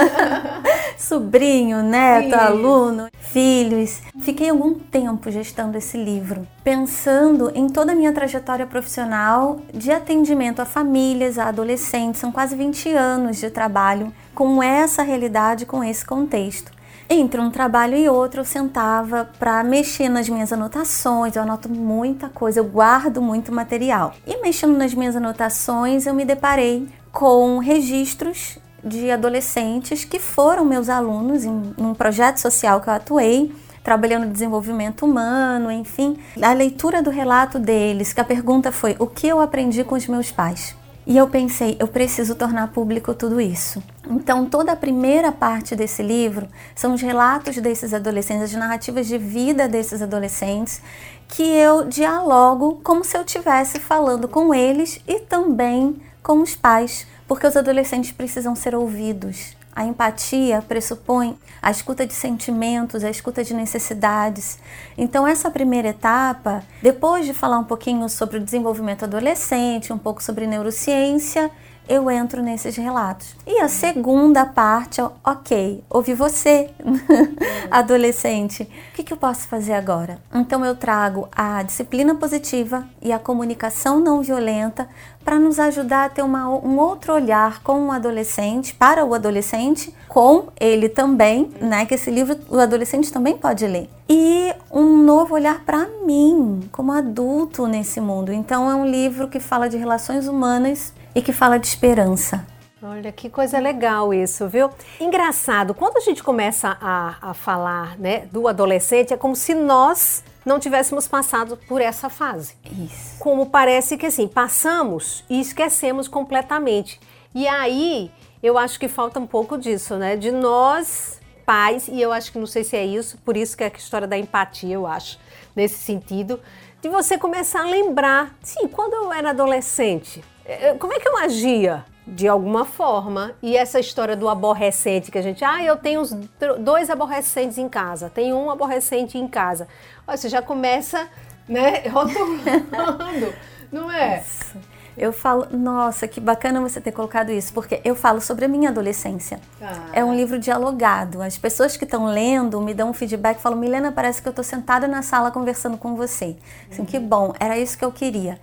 Sobrinho, neto, Sim. aluno, filhos. Fiquei algum tempo gestando esse livro, pensando em toda a minha trajetória profissional de atendimento a famílias, a adolescentes. São quase vinte anos de trabalho com essa realidade, com esse contexto. Entre um trabalho e outro, eu sentava para mexer nas minhas anotações. Eu anoto muita coisa, eu guardo muito material. E mexendo nas minhas anotações, eu me deparei com registros de adolescentes que foram meus alunos em um projeto social que eu atuei, trabalhando no desenvolvimento humano, enfim. A leitura do relato deles, que a pergunta foi: o que eu aprendi com os meus pais? E eu pensei, eu preciso tornar público tudo isso. Então, toda a primeira parte desse livro são os relatos desses adolescentes, as narrativas de vida desses adolescentes, que eu dialogo como se eu estivesse falando com eles e também com os pais, porque os adolescentes precisam ser ouvidos. A empatia pressupõe a escuta de sentimentos, a escuta de necessidades. Então, essa primeira etapa, depois de falar um pouquinho sobre o desenvolvimento adolescente, um pouco sobre neurociência, eu entro nesses relatos. E a segunda parte, ok, ouvi você, adolescente, o que, que eu posso fazer agora? Então, eu trago a disciplina positiva e a comunicação não violenta para nos ajudar a ter uma, um outro olhar com o adolescente, para o adolescente, com ele também, né? Que esse livro o adolescente também pode ler. E um novo olhar para mim, como adulto nesse mundo. Então, é um livro que fala de relações humanas e que fala de esperança. Olha, que coisa legal isso, viu? Engraçado, quando a gente começa a, a falar, né, do adolescente, é como se nós não tivéssemos passado por essa fase. Isso. Como parece que assim, passamos e esquecemos completamente. E aí, eu acho que falta um pouco disso, né? De nós, pais, e eu acho que não sei se é isso, por isso que é a história da empatia, eu acho, nesse sentido, de você começar a lembrar, sim, quando eu era adolescente, como é que eu agia? De alguma forma, e essa história do aborrecente que a gente, ah, eu tenho uns dois aborrecentes em casa, tenho um aborrecente em casa. Olha, você já começa, né, rotulando, não é? Isso. Eu falo, nossa, que bacana você ter colocado isso, porque eu falo sobre a minha adolescência. Ah. É um livro dialogado. As pessoas que estão lendo me dão um feedback, falam, Milena, parece que eu estou sentada na sala conversando com você. Assim, uhum. Que bom, era isso que eu queria.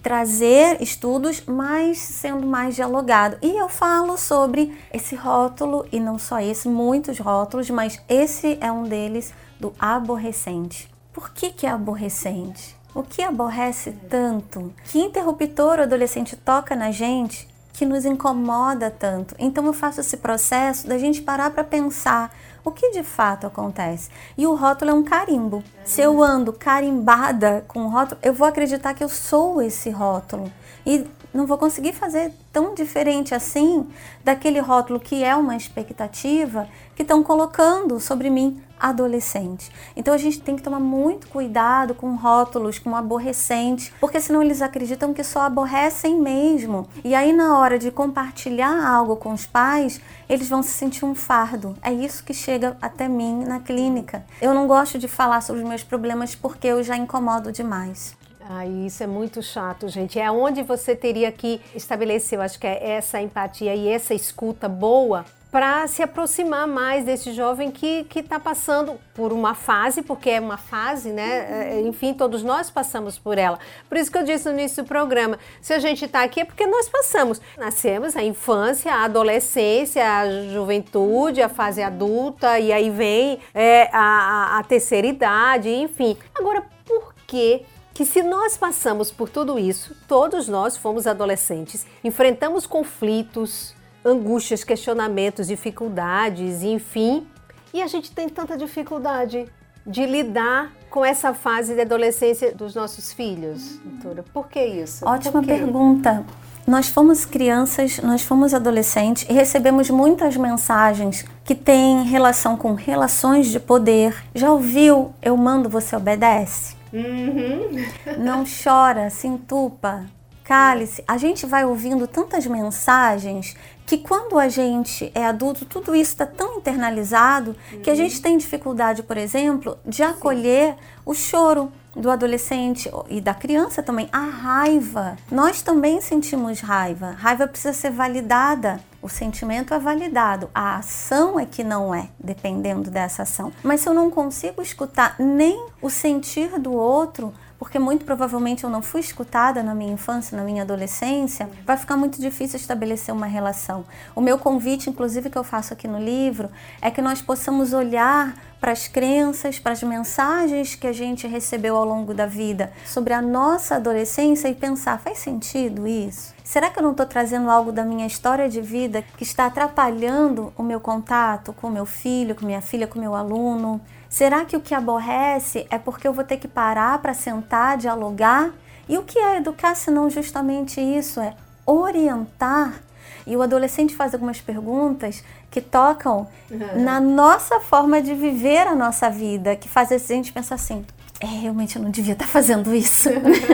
Trazer estudos, mas sendo mais dialogado. E eu falo sobre esse rótulo, e não só esse, muitos rótulos, mas esse é um deles, do aborrecente. Por que que é aborrecente? O que aborrece tanto? Que interruptor o adolescente toca na gente que nos incomoda tanto? Então eu faço esse processo da gente parar para pensar o que de fato acontece. E o rótulo é um carimbo. Se eu ando carimbada com o rótulo, eu vou acreditar que eu sou esse rótulo. E não vou conseguir fazer tão diferente assim daquele rótulo que é uma expectativa que estão colocando sobre mim, adolescente. Então a gente tem que tomar muito cuidado com rótulos, com aborrecente, porque senão eles acreditam que só aborrecem mesmo. E aí na hora de compartilhar algo com os pais, eles vão se sentir um fardo. É isso que chega até mim na clínica. Eu não gosto de falar sobre os meus problemas porque eu já incomodo demais. Ah, isso é muito chato, gente. É onde você teria que estabelecer, eu acho que é essa empatia e essa escuta boa para se aproximar mais desse jovem que que está passando por uma fase, porque é uma fase, né? Enfim, todos nós passamos por ela. Por isso que eu disse no início do programa, se a gente está aqui é porque nós passamos. Nascemos a infância, a adolescência, a juventude, a fase adulta, e aí vem é, a, a, a terceira idade, enfim. Agora, por que que se nós passamos por tudo isso, todos nós fomos adolescentes, enfrentamos conflitos, angústias, questionamentos, dificuldades, enfim, e a gente tem tanta dificuldade de lidar com essa fase de adolescência dos nossos filhos, doutora? Por que isso? Ótima pergunta. Nós fomos crianças, nós fomos adolescentes e recebemos muitas mensagens que têm relação com relações de poder. Já ouviu? Eu mando, você obedece? Uhum. Não chora, se entupa, cale-se. A gente vai ouvindo tantas mensagens que quando a gente é adulto, tudo isso está tão internalizado uhum. que a gente tem dificuldade, por exemplo, de acolher Sim. o choro do adolescente e da criança também, a raiva. Nós também sentimos raiva. Raiva precisa ser validada. O sentimento é validado, a ação é que não é, dependendo dessa ação. Mas se eu não consigo escutar nem o sentir do outro, porque muito provavelmente eu não fui escutada na minha infância, na minha adolescência, vai ficar muito difícil estabelecer uma relação. O meu convite, inclusive, que eu faço aqui no livro, é que nós possamos olhar para as crenças, para as mensagens que a gente recebeu ao longo da vida sobre a nossa adolescência e pensar, faz sentido isso? Será que eu não estou trazendo algo da minha história de vida que está atrapalhando o meu contato com o meu filho, com minha filha, com o meu aluno? Será que o que aborrece é porque eu vou ter que parar para sentar, dialogar? E o que é educar se não justamente isso? É orientar. E o adolescente faz algumas perguntas que tocam uhum. na nossa forma de viver a nossa vida, que faz a gente pensar assim, é, realmente eu não devia estar fazendo isso.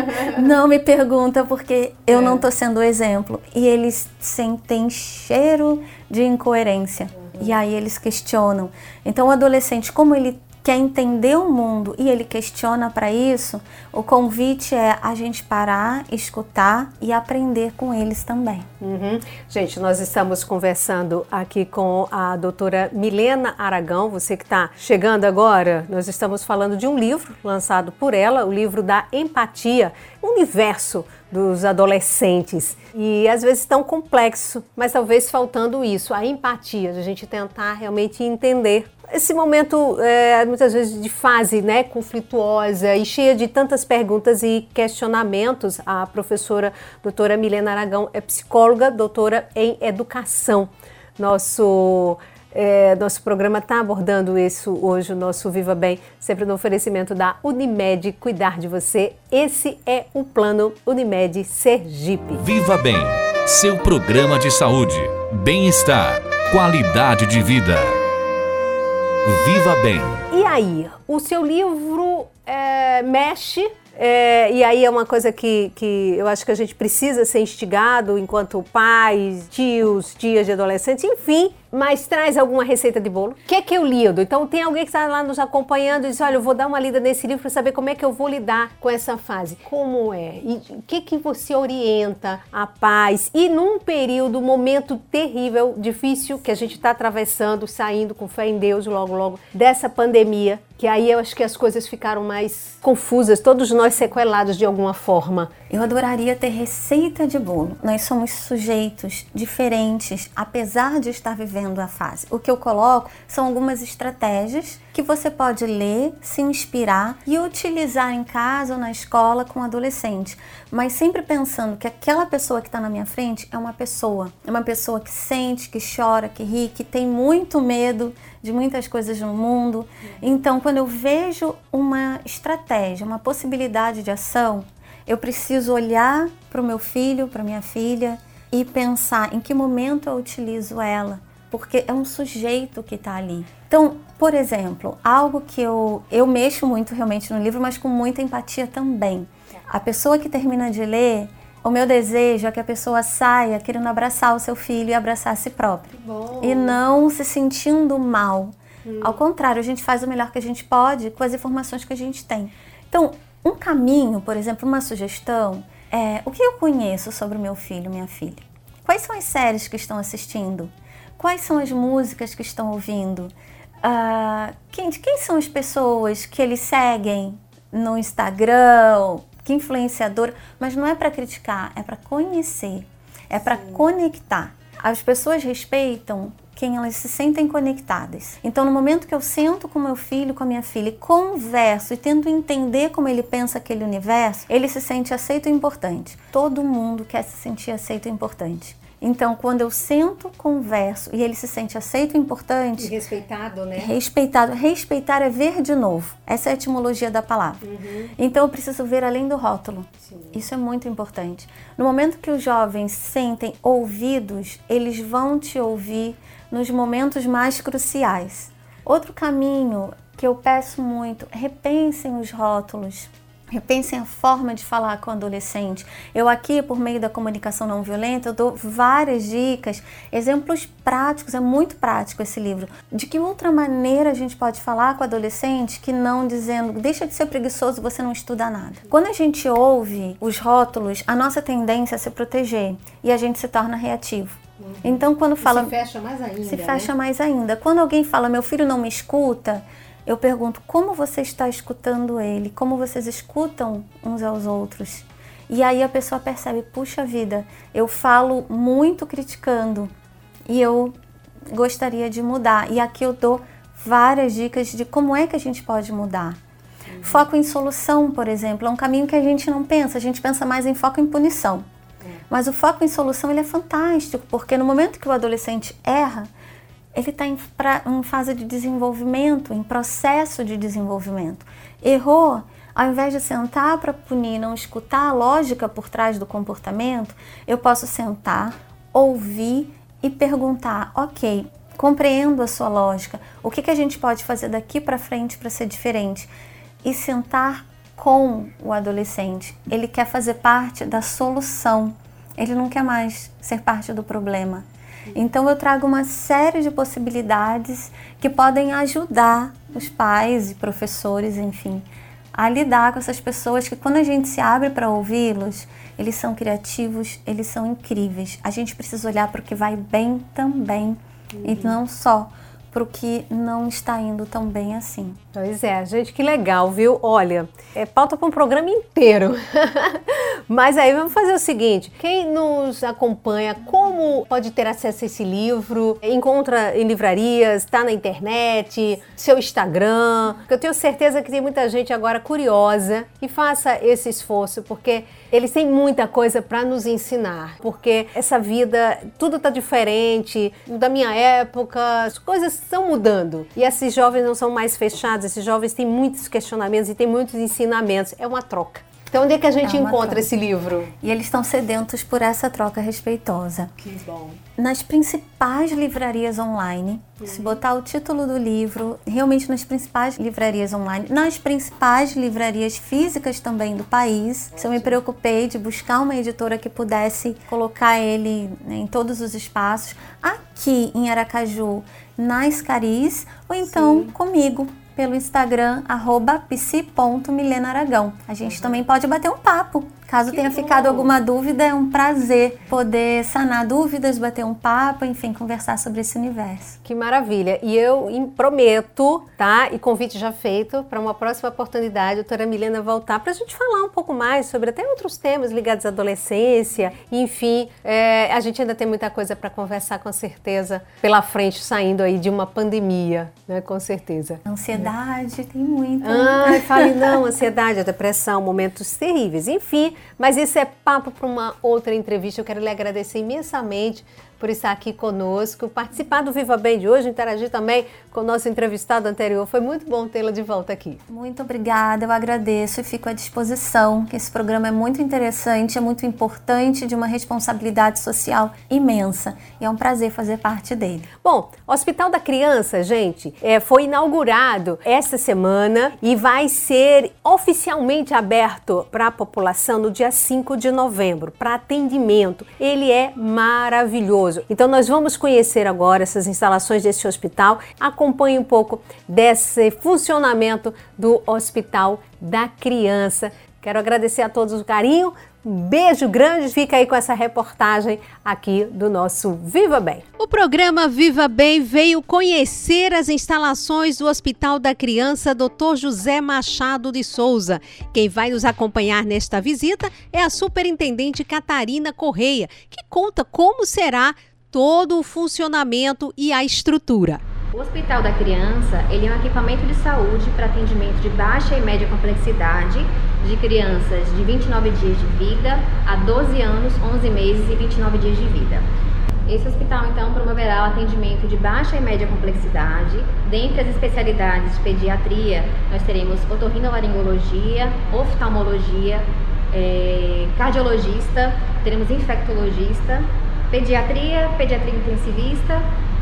Não me pergunta porque eu é. não estou sendo o exemplo. E eles sentem cheiro de incoerência. Uhum. E aí eles questionam. Então o adolescente, como ele quer entender o mundo e ele questiona para isso, o convite é a gente parar, escutar e aprender com eles também. Uhum. Gente, nós estamos conversando aqui com a doutora Milena Aragão, você que está chegando agora, nós estamos falando de um livro lançado por ela, o livro da empatia, o universo dos adolescentes. E às vezes tão complexo, mas talvez faltando isso, a empatia, de a gente tentar realmente entender esse momento, é, muitas vezes, de fase, né, conflituosa e cheia de tantas perguntas e questionamentos. A professora doutora Milena Aragão é psicóloga, doutora em educação. Nosso... É, nosso programa está abordando isso hoje, o nosso Viva Bem, sempre no oferecimento da Unimed, cuidar de você. Esse é o plano Unimed Sergipe. Viva Bem, seu programa de saúde, bem-estar, qualidade de vida. Viva Bem. E aí, o seu livro é, mexe... É, e aí é uma coisa que, que eu acho que a gente precisa ser instigado enquanto pais, tios, tias de adolescentes, enfim, mas traz alguma receita de bolo. O que é que eu lido? Então tem alguém que está lá nos acompanhando e diz, olha, eu vou dar uma lida nesse livro para saber como é que eu vou lidar com essa fase. Como é? E o que que você orienta a pais? E num período, momento terrível, difícil, que a gente está atravessando, saindo com fé em Deus logo, logo, dessa pandemia, que aí eu acho que as coisas ficaram mais confusas, todos nós sequelados de alguma forma. Eu adoraria ter receita de bolo. Nós somos sujeitos diferentes, apesar de estar vivendo a fase. O que eu coloco são algumas estratégias que você pode ler, se inspirar e utilizar em casa ou na escola com o adolescente. Mas sempre pensando que aquela pessoa que está na minha frente é uma pessoa. É uma pessoa que sente, que chora, que ri, que tem muito medo de muitas coisas no mundo. Então, quando eu vejo uma estratégia, uma possibilidade de ação, eu preciso olhar para o meu filho, para minha filha e pensar em que momento eu utilizo ela, porque é um sujeito que está ali. Então, por exemplo, algo que eu, eu mexo muito realmente no livro, mas com muita empatia também. A pessoa que termina de ler, o meu desejo é que a pessoa saia querendo abraçar o seu filho e abraçar a si própria. Bom. E não se sentindo mal. Hum. Ao contrário, a gente faz o melhor que a gente pode com as informações que a gente tem. Então, um caminho, por exemplo, uma sugestão, é o que eu conheço sobre o meu filho, minha filha? Quais são as séries que estão assistindo? Quais são as músicas que estão ouvindo? Uh, quem, quem são as pessoas que eles seguem no Instagram? Que influenciador? Mas não é para criticar, é para conhecer, é para conectar. As pessoas respeitam quem elas se sentem conectadas. Então, no momento que eu sento com meu filho, com a minha filha, e converso e tento entender como ele pensa aquele universo, ele se sente aceito e importante. Todo mundo quer se sentir aceito e importante. Então, quando eu sento, converso e ele se sente aceito e importante... E respeitado, né? Respeitado. Respeitar é ver de novo. Essa é a etimologia da palavra. Uhum. Então, eu preciso ver além do rótulo. Sim. Isso é muito importante. No momento que os jovens sentem ouvidos, eles vão te ouvir nos momentos mais cruciais. Outro caminho que eu peço muito, repensem os rótulos. Repensem a forma de falar com o adolescente. Eu aqui, por meio da comunicação não violenta, eu dou várias dicas, exemplos práticos, é muito prático esse livro. De que outra maneira a gente pode falar com o adolescente que não dizendo, deixa de ser preguiçoso, você não estuda nada. Quando a gente ouve os rótulos, a nossa tendência é se proteger e a gente se torna reativo. Uhum. Então, quando fala... E se fecha mais ainda, Se né? fecha mais ainda. Quando alguém fala, meu filho não me escuta... Eu pergunto, como você está escutando ele? Como vocês escutam uns aos outros? E aí a pessoa percebe, puxa vida, eu falo muito criticando e eu gostaria de mudar. E aqui eu dou várias dicas de como é que a gente pode mudar. Uhum. Foco em solução, por exemplo, é um caminho que a gente não pensa. A gente pensa mais em foco em punição. Uhum. Mas o foco em solução ele é fantástico, porque no momento que o adolescente erra, ele está em, em fase de desenvolvimento, em processo de desenvolvimento. Errou, ao invés de sentar para punir, não escutar a lógica por trás do comportamento, eu posso sentar, ouvir e perguntar, ok, compreendo a sua lógica, o que, que a gente pode fazer daqui para frente para ser diferente? E sentar com o adolescente. Ele quer fazer parte da solução, ele não quer mais ser parte do problema. Então eu trago uma série de possibilidades que podem ajudar os pais e professores, enfim, a lidar com essas pessoas que quando a gente se abre para ouvi-los, eles são criativos, eles são incríveis. A gente precisa olhar para o que vai bem também, uhum. e não só para o que não está indo tão bem assim. Pois é, gente, que legal, viu? Olha, é pauta para um programa inteiro. Mas aí vamos fazer o seguinte, quem nos acompanha, como pode ter acesso a esse livro? Encontra em livrarias, está na internet, seu Instagram? Eu tenho certeza que tem muita gente agora curiosa que faça esse esforço, porque eles têm muita coisa para nos ensinar, porque essa vida, tudo está diferente, da minha época, as coisas estão mudando. E esses jovens não são mais fechados, esses jovens têm muitos questionamentos e têm muitos ensinamentos, é uma troca. Então, onde é que a gente é encontra troca. esse livro? E eles estão sedentos por essa troca respeitosa. Que bom. Nas principais livrarias online, uhum. se botar o título do livro, realmente nas principais livrarias online, nas principais livrarias físicas também do país. Se eu me preocupei de buscar uma editora que pudesse colocar ele, né, em todos os espaços, aqui em Aracaju, na Escaris, ou então Sim. comigo, pelo Instagram, arroba psi ponto milena aragão. A gente uhum. também pode bater um papo. Caso que tenha bom. ficado alguma dúvida, é um prazer poder sanar dúvidas, bater um papo, enfim, conversar sobre esse universo. Que maravilha! E eu prometo, tá? E convite já feito, para uma próxima oportunidade, a doutora Milena voltar para a gente falar um pouco mais sobre até outros temas ligados à adolescência. Enfim, é, a gente ainda tem muita coisa para conversar, com certeza, pela frente, saindo aí de uma pandemia, né? Com certeza. Ansiedade, é. tem muita. Ai, fale não, ansiedade, a depressão, momentos terríveis. Enfim, mas isso é papo para uma outra entrevista. Eu quero lhe agradecer imensamente por estar aqui conosco, participar do Viva Bem de hoje, interagir também com o nosso entrevistado anterior. Foi muito bom tê-la de volta aqui. Muito obrigada, eu agradeço e fico à disposição, que esse programa é muito interessante, é muito importante, de uma responsabilidade social imensa. E é um prazer fazer parte dele. Bom, o Hospital da Criança, gente, é, foi inaugurado esta semana e vai ser oficialmente aberto para a população no dia cinco de novembro, para atendimento. Ele é maravilhoso. Então nós vamos conhecer agora essas instalações desse hospital. Acompanhe um pouco desse funcionamento do Hospital da Criança. Quero agradecer a todos o carinho. Um beijo grande, fica aí com essa reportagem aqui do nosso Viva Bem. O programa Viva Bem veio conhecer as instalações do Hospital da Criança doutor José Machado de Souza. Quem vai nos acompanhar nesta visita é a superintendente Catarina Correia, que conta como será todo o funcionamento e a estrutura. O Hospital da Criança, ele é um equipamento de saúde para atendimento de baixa e média complexidade de crianças de vinte e nove dias de vida a doze anos, onze meses e vinte e nove dias de vida. Esse hospital, então, promoverá o atendimento de baixa e média complexidade. Dentre as especialidades de pediatria, nós teremos otorrinolaringologia, oftalmologia, é, cardiologista, teremos infectologista, pediatria, pediatria intensivista,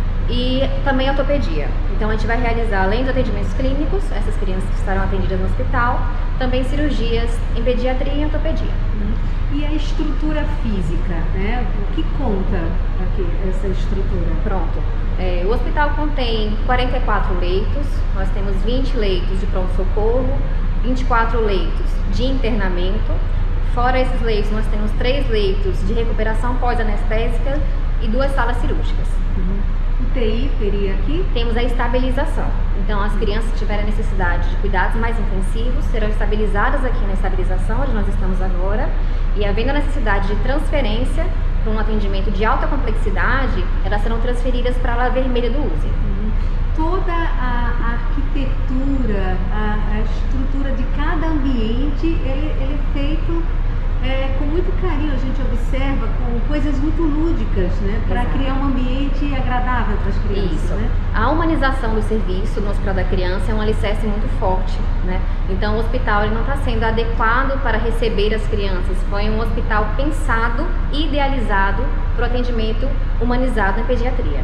e também ortopedia. Então a gente vai realizar, além dos atendimentos clínicos, essas crianças que estarão atendidas no hospital, também cirurgias em pediatria e ortopedia. Uhum. E a estrutura física, né? O que conta aqui essa estrutura? Pronto. É, o hospital contém quarenta e quatro leitos, nós temos vinte leitos de pronto-socorro, vinte e quatro leitos de internamento. Fora esses leitos, nós temos três leitos de recuperação pós-anestésica e duas salas cirúrgicas. Uhum. U T I teria aqui? Temos a estabilização. Então, as crianças que tiverem necessidade de cuidados mais intensivos serão estabilizadas aqui na estabilização, onde nós estamos agora. E havendo a necessidade de transferência para um atendimento de alta complexidade, elas serão transferidas para a ala vermelha do U S I. Uhum. Toda a arquitetura, a, a estrutura de cada ambiente, ele, ele é feito é, com muito carinho. A gente observa com coisas muito lúdicas, né, para criar um ambiente agradável para as crianças. Isso. Né? A humanização do serviço no Hospital da Criança é um alicerce muito forte, né? Então o hospital ele não está sendo adequado para receber as crianças. Foi um hospital pensado e idealizado para o atendimento humanizado em pediatria.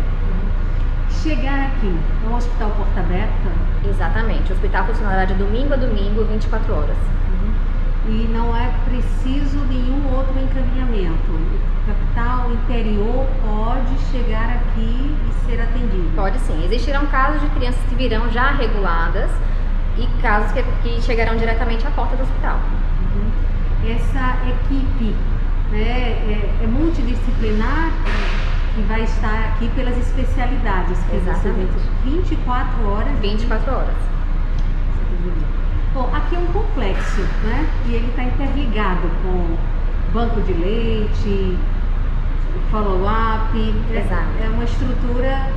Chegar aqui, é um hospital porta aberta? Exatamente, o hospital funcionará de domingo a domingo, vinte e quatro horas. Uhum. E não é preciso nenhum outro encaminhamento? O capital interior pode chegar aqui e ser atendido? Pode sim, existirão casos de crianças que virão já reguladas e casos que, que chegarão diretamente à porta do hospital. Uhum. Essa equipe, né, é, é multidisciplinar? Que vai estar aqui pelas especialidades. Que Exatamente. vinte e quatro horas. vinte e quatro horas. Bom, aqui é um complexo, né? E ele está interligado com, banco de leite, follow-up. Exato. É, é uma estrutura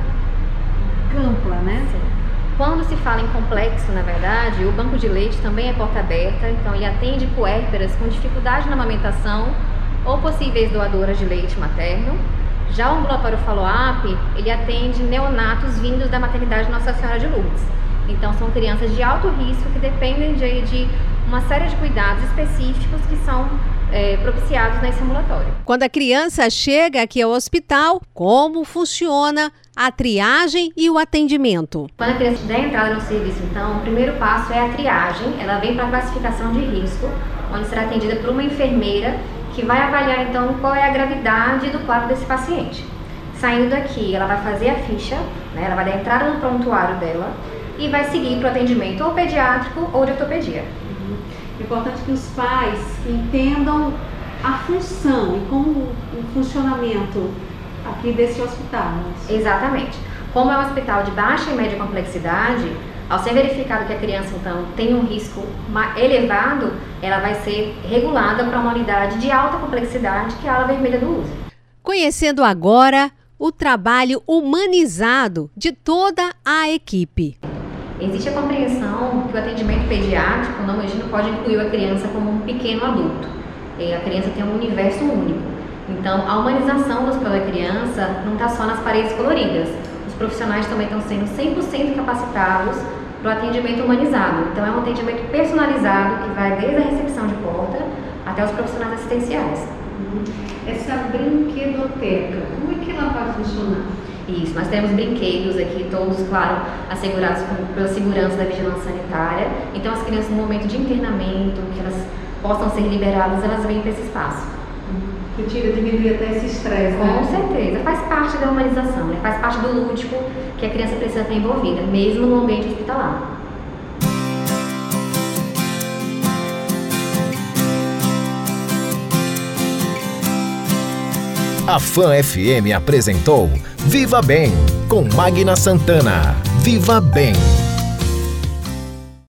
ampla, né? Sim. Quando se fala em complexo, na verdade, o banco de leite também é porta aberta, então ele atende puérperas com dificuldade na amamentação ou possíveis doadoras de leite materno. Já o ambulatório follow-up, ele atende neonatos vindos da maternidade Nossa Senhora de Lourdes. Então são crianças de alto risco que dependem de, de uma série de cuidados específicos que são é, propiciados nesse ambulatório. Quando a criança chega aqui ao hospital, como funciona a triagem e o atendimento? Quando a criança der entrada no serviço, então, o primeiro passo é a triagem. Ela vem para a classificação de risco, onde será atendida por uma enfermeira que vai avaliar, então, qual é a gravidade do quadro desse paciente. Saindo daqui, ela vai fazer a ficha, né, ela vai dar entrada no prontuário dela e vai seguir para o atendimento ou pediátrico ou de ortopedia. Uhum. É importante que os pais entendam a função e como o funcionamento aqui desse hospital. Né? Exatamente. Como é um hospital de baixa e média complexidade, ao ser verificado que a criança, então, tem um risco elevado, ela vai ser regulada para uma unidade de alta complexidade, que é a ala vermelha do U S I. Conhecendo agora o trabalho humanizado de toda a equipe. Existe a compreensão que o atendimento pediátrico, não, a gente não pode incluir a criança como um pequeno adulto. A criança tem um universo único. Então, a humanização do hospital da criança não está só nas paredes coloridas. Os profissionais também estão sendo cem por cento capacitados para o atendimento humanizado. Então, é um atendimento personalizado que vai desde a recepção de porta até os profissionais assistenciais. Essa brinquedoteca, como é que ela vai funcionar? Isso, nós temos brinquedos aqui, todos, claro, assegurados pela segurança da vigilância sanitária. Então, as crianças, no momento de internamento, que elas possam ser liberadas, elas vêm para esse espaço. Que tira, diminui até esse estresse, Com né? certeza, faz parte da humanização, né? Faz parte do lúdico que a criança precisa estar envolvida, mesmo no ambiente hospitalar. A Fã F M apresentou Viva Bem, com Magna Santana. Viva Bem.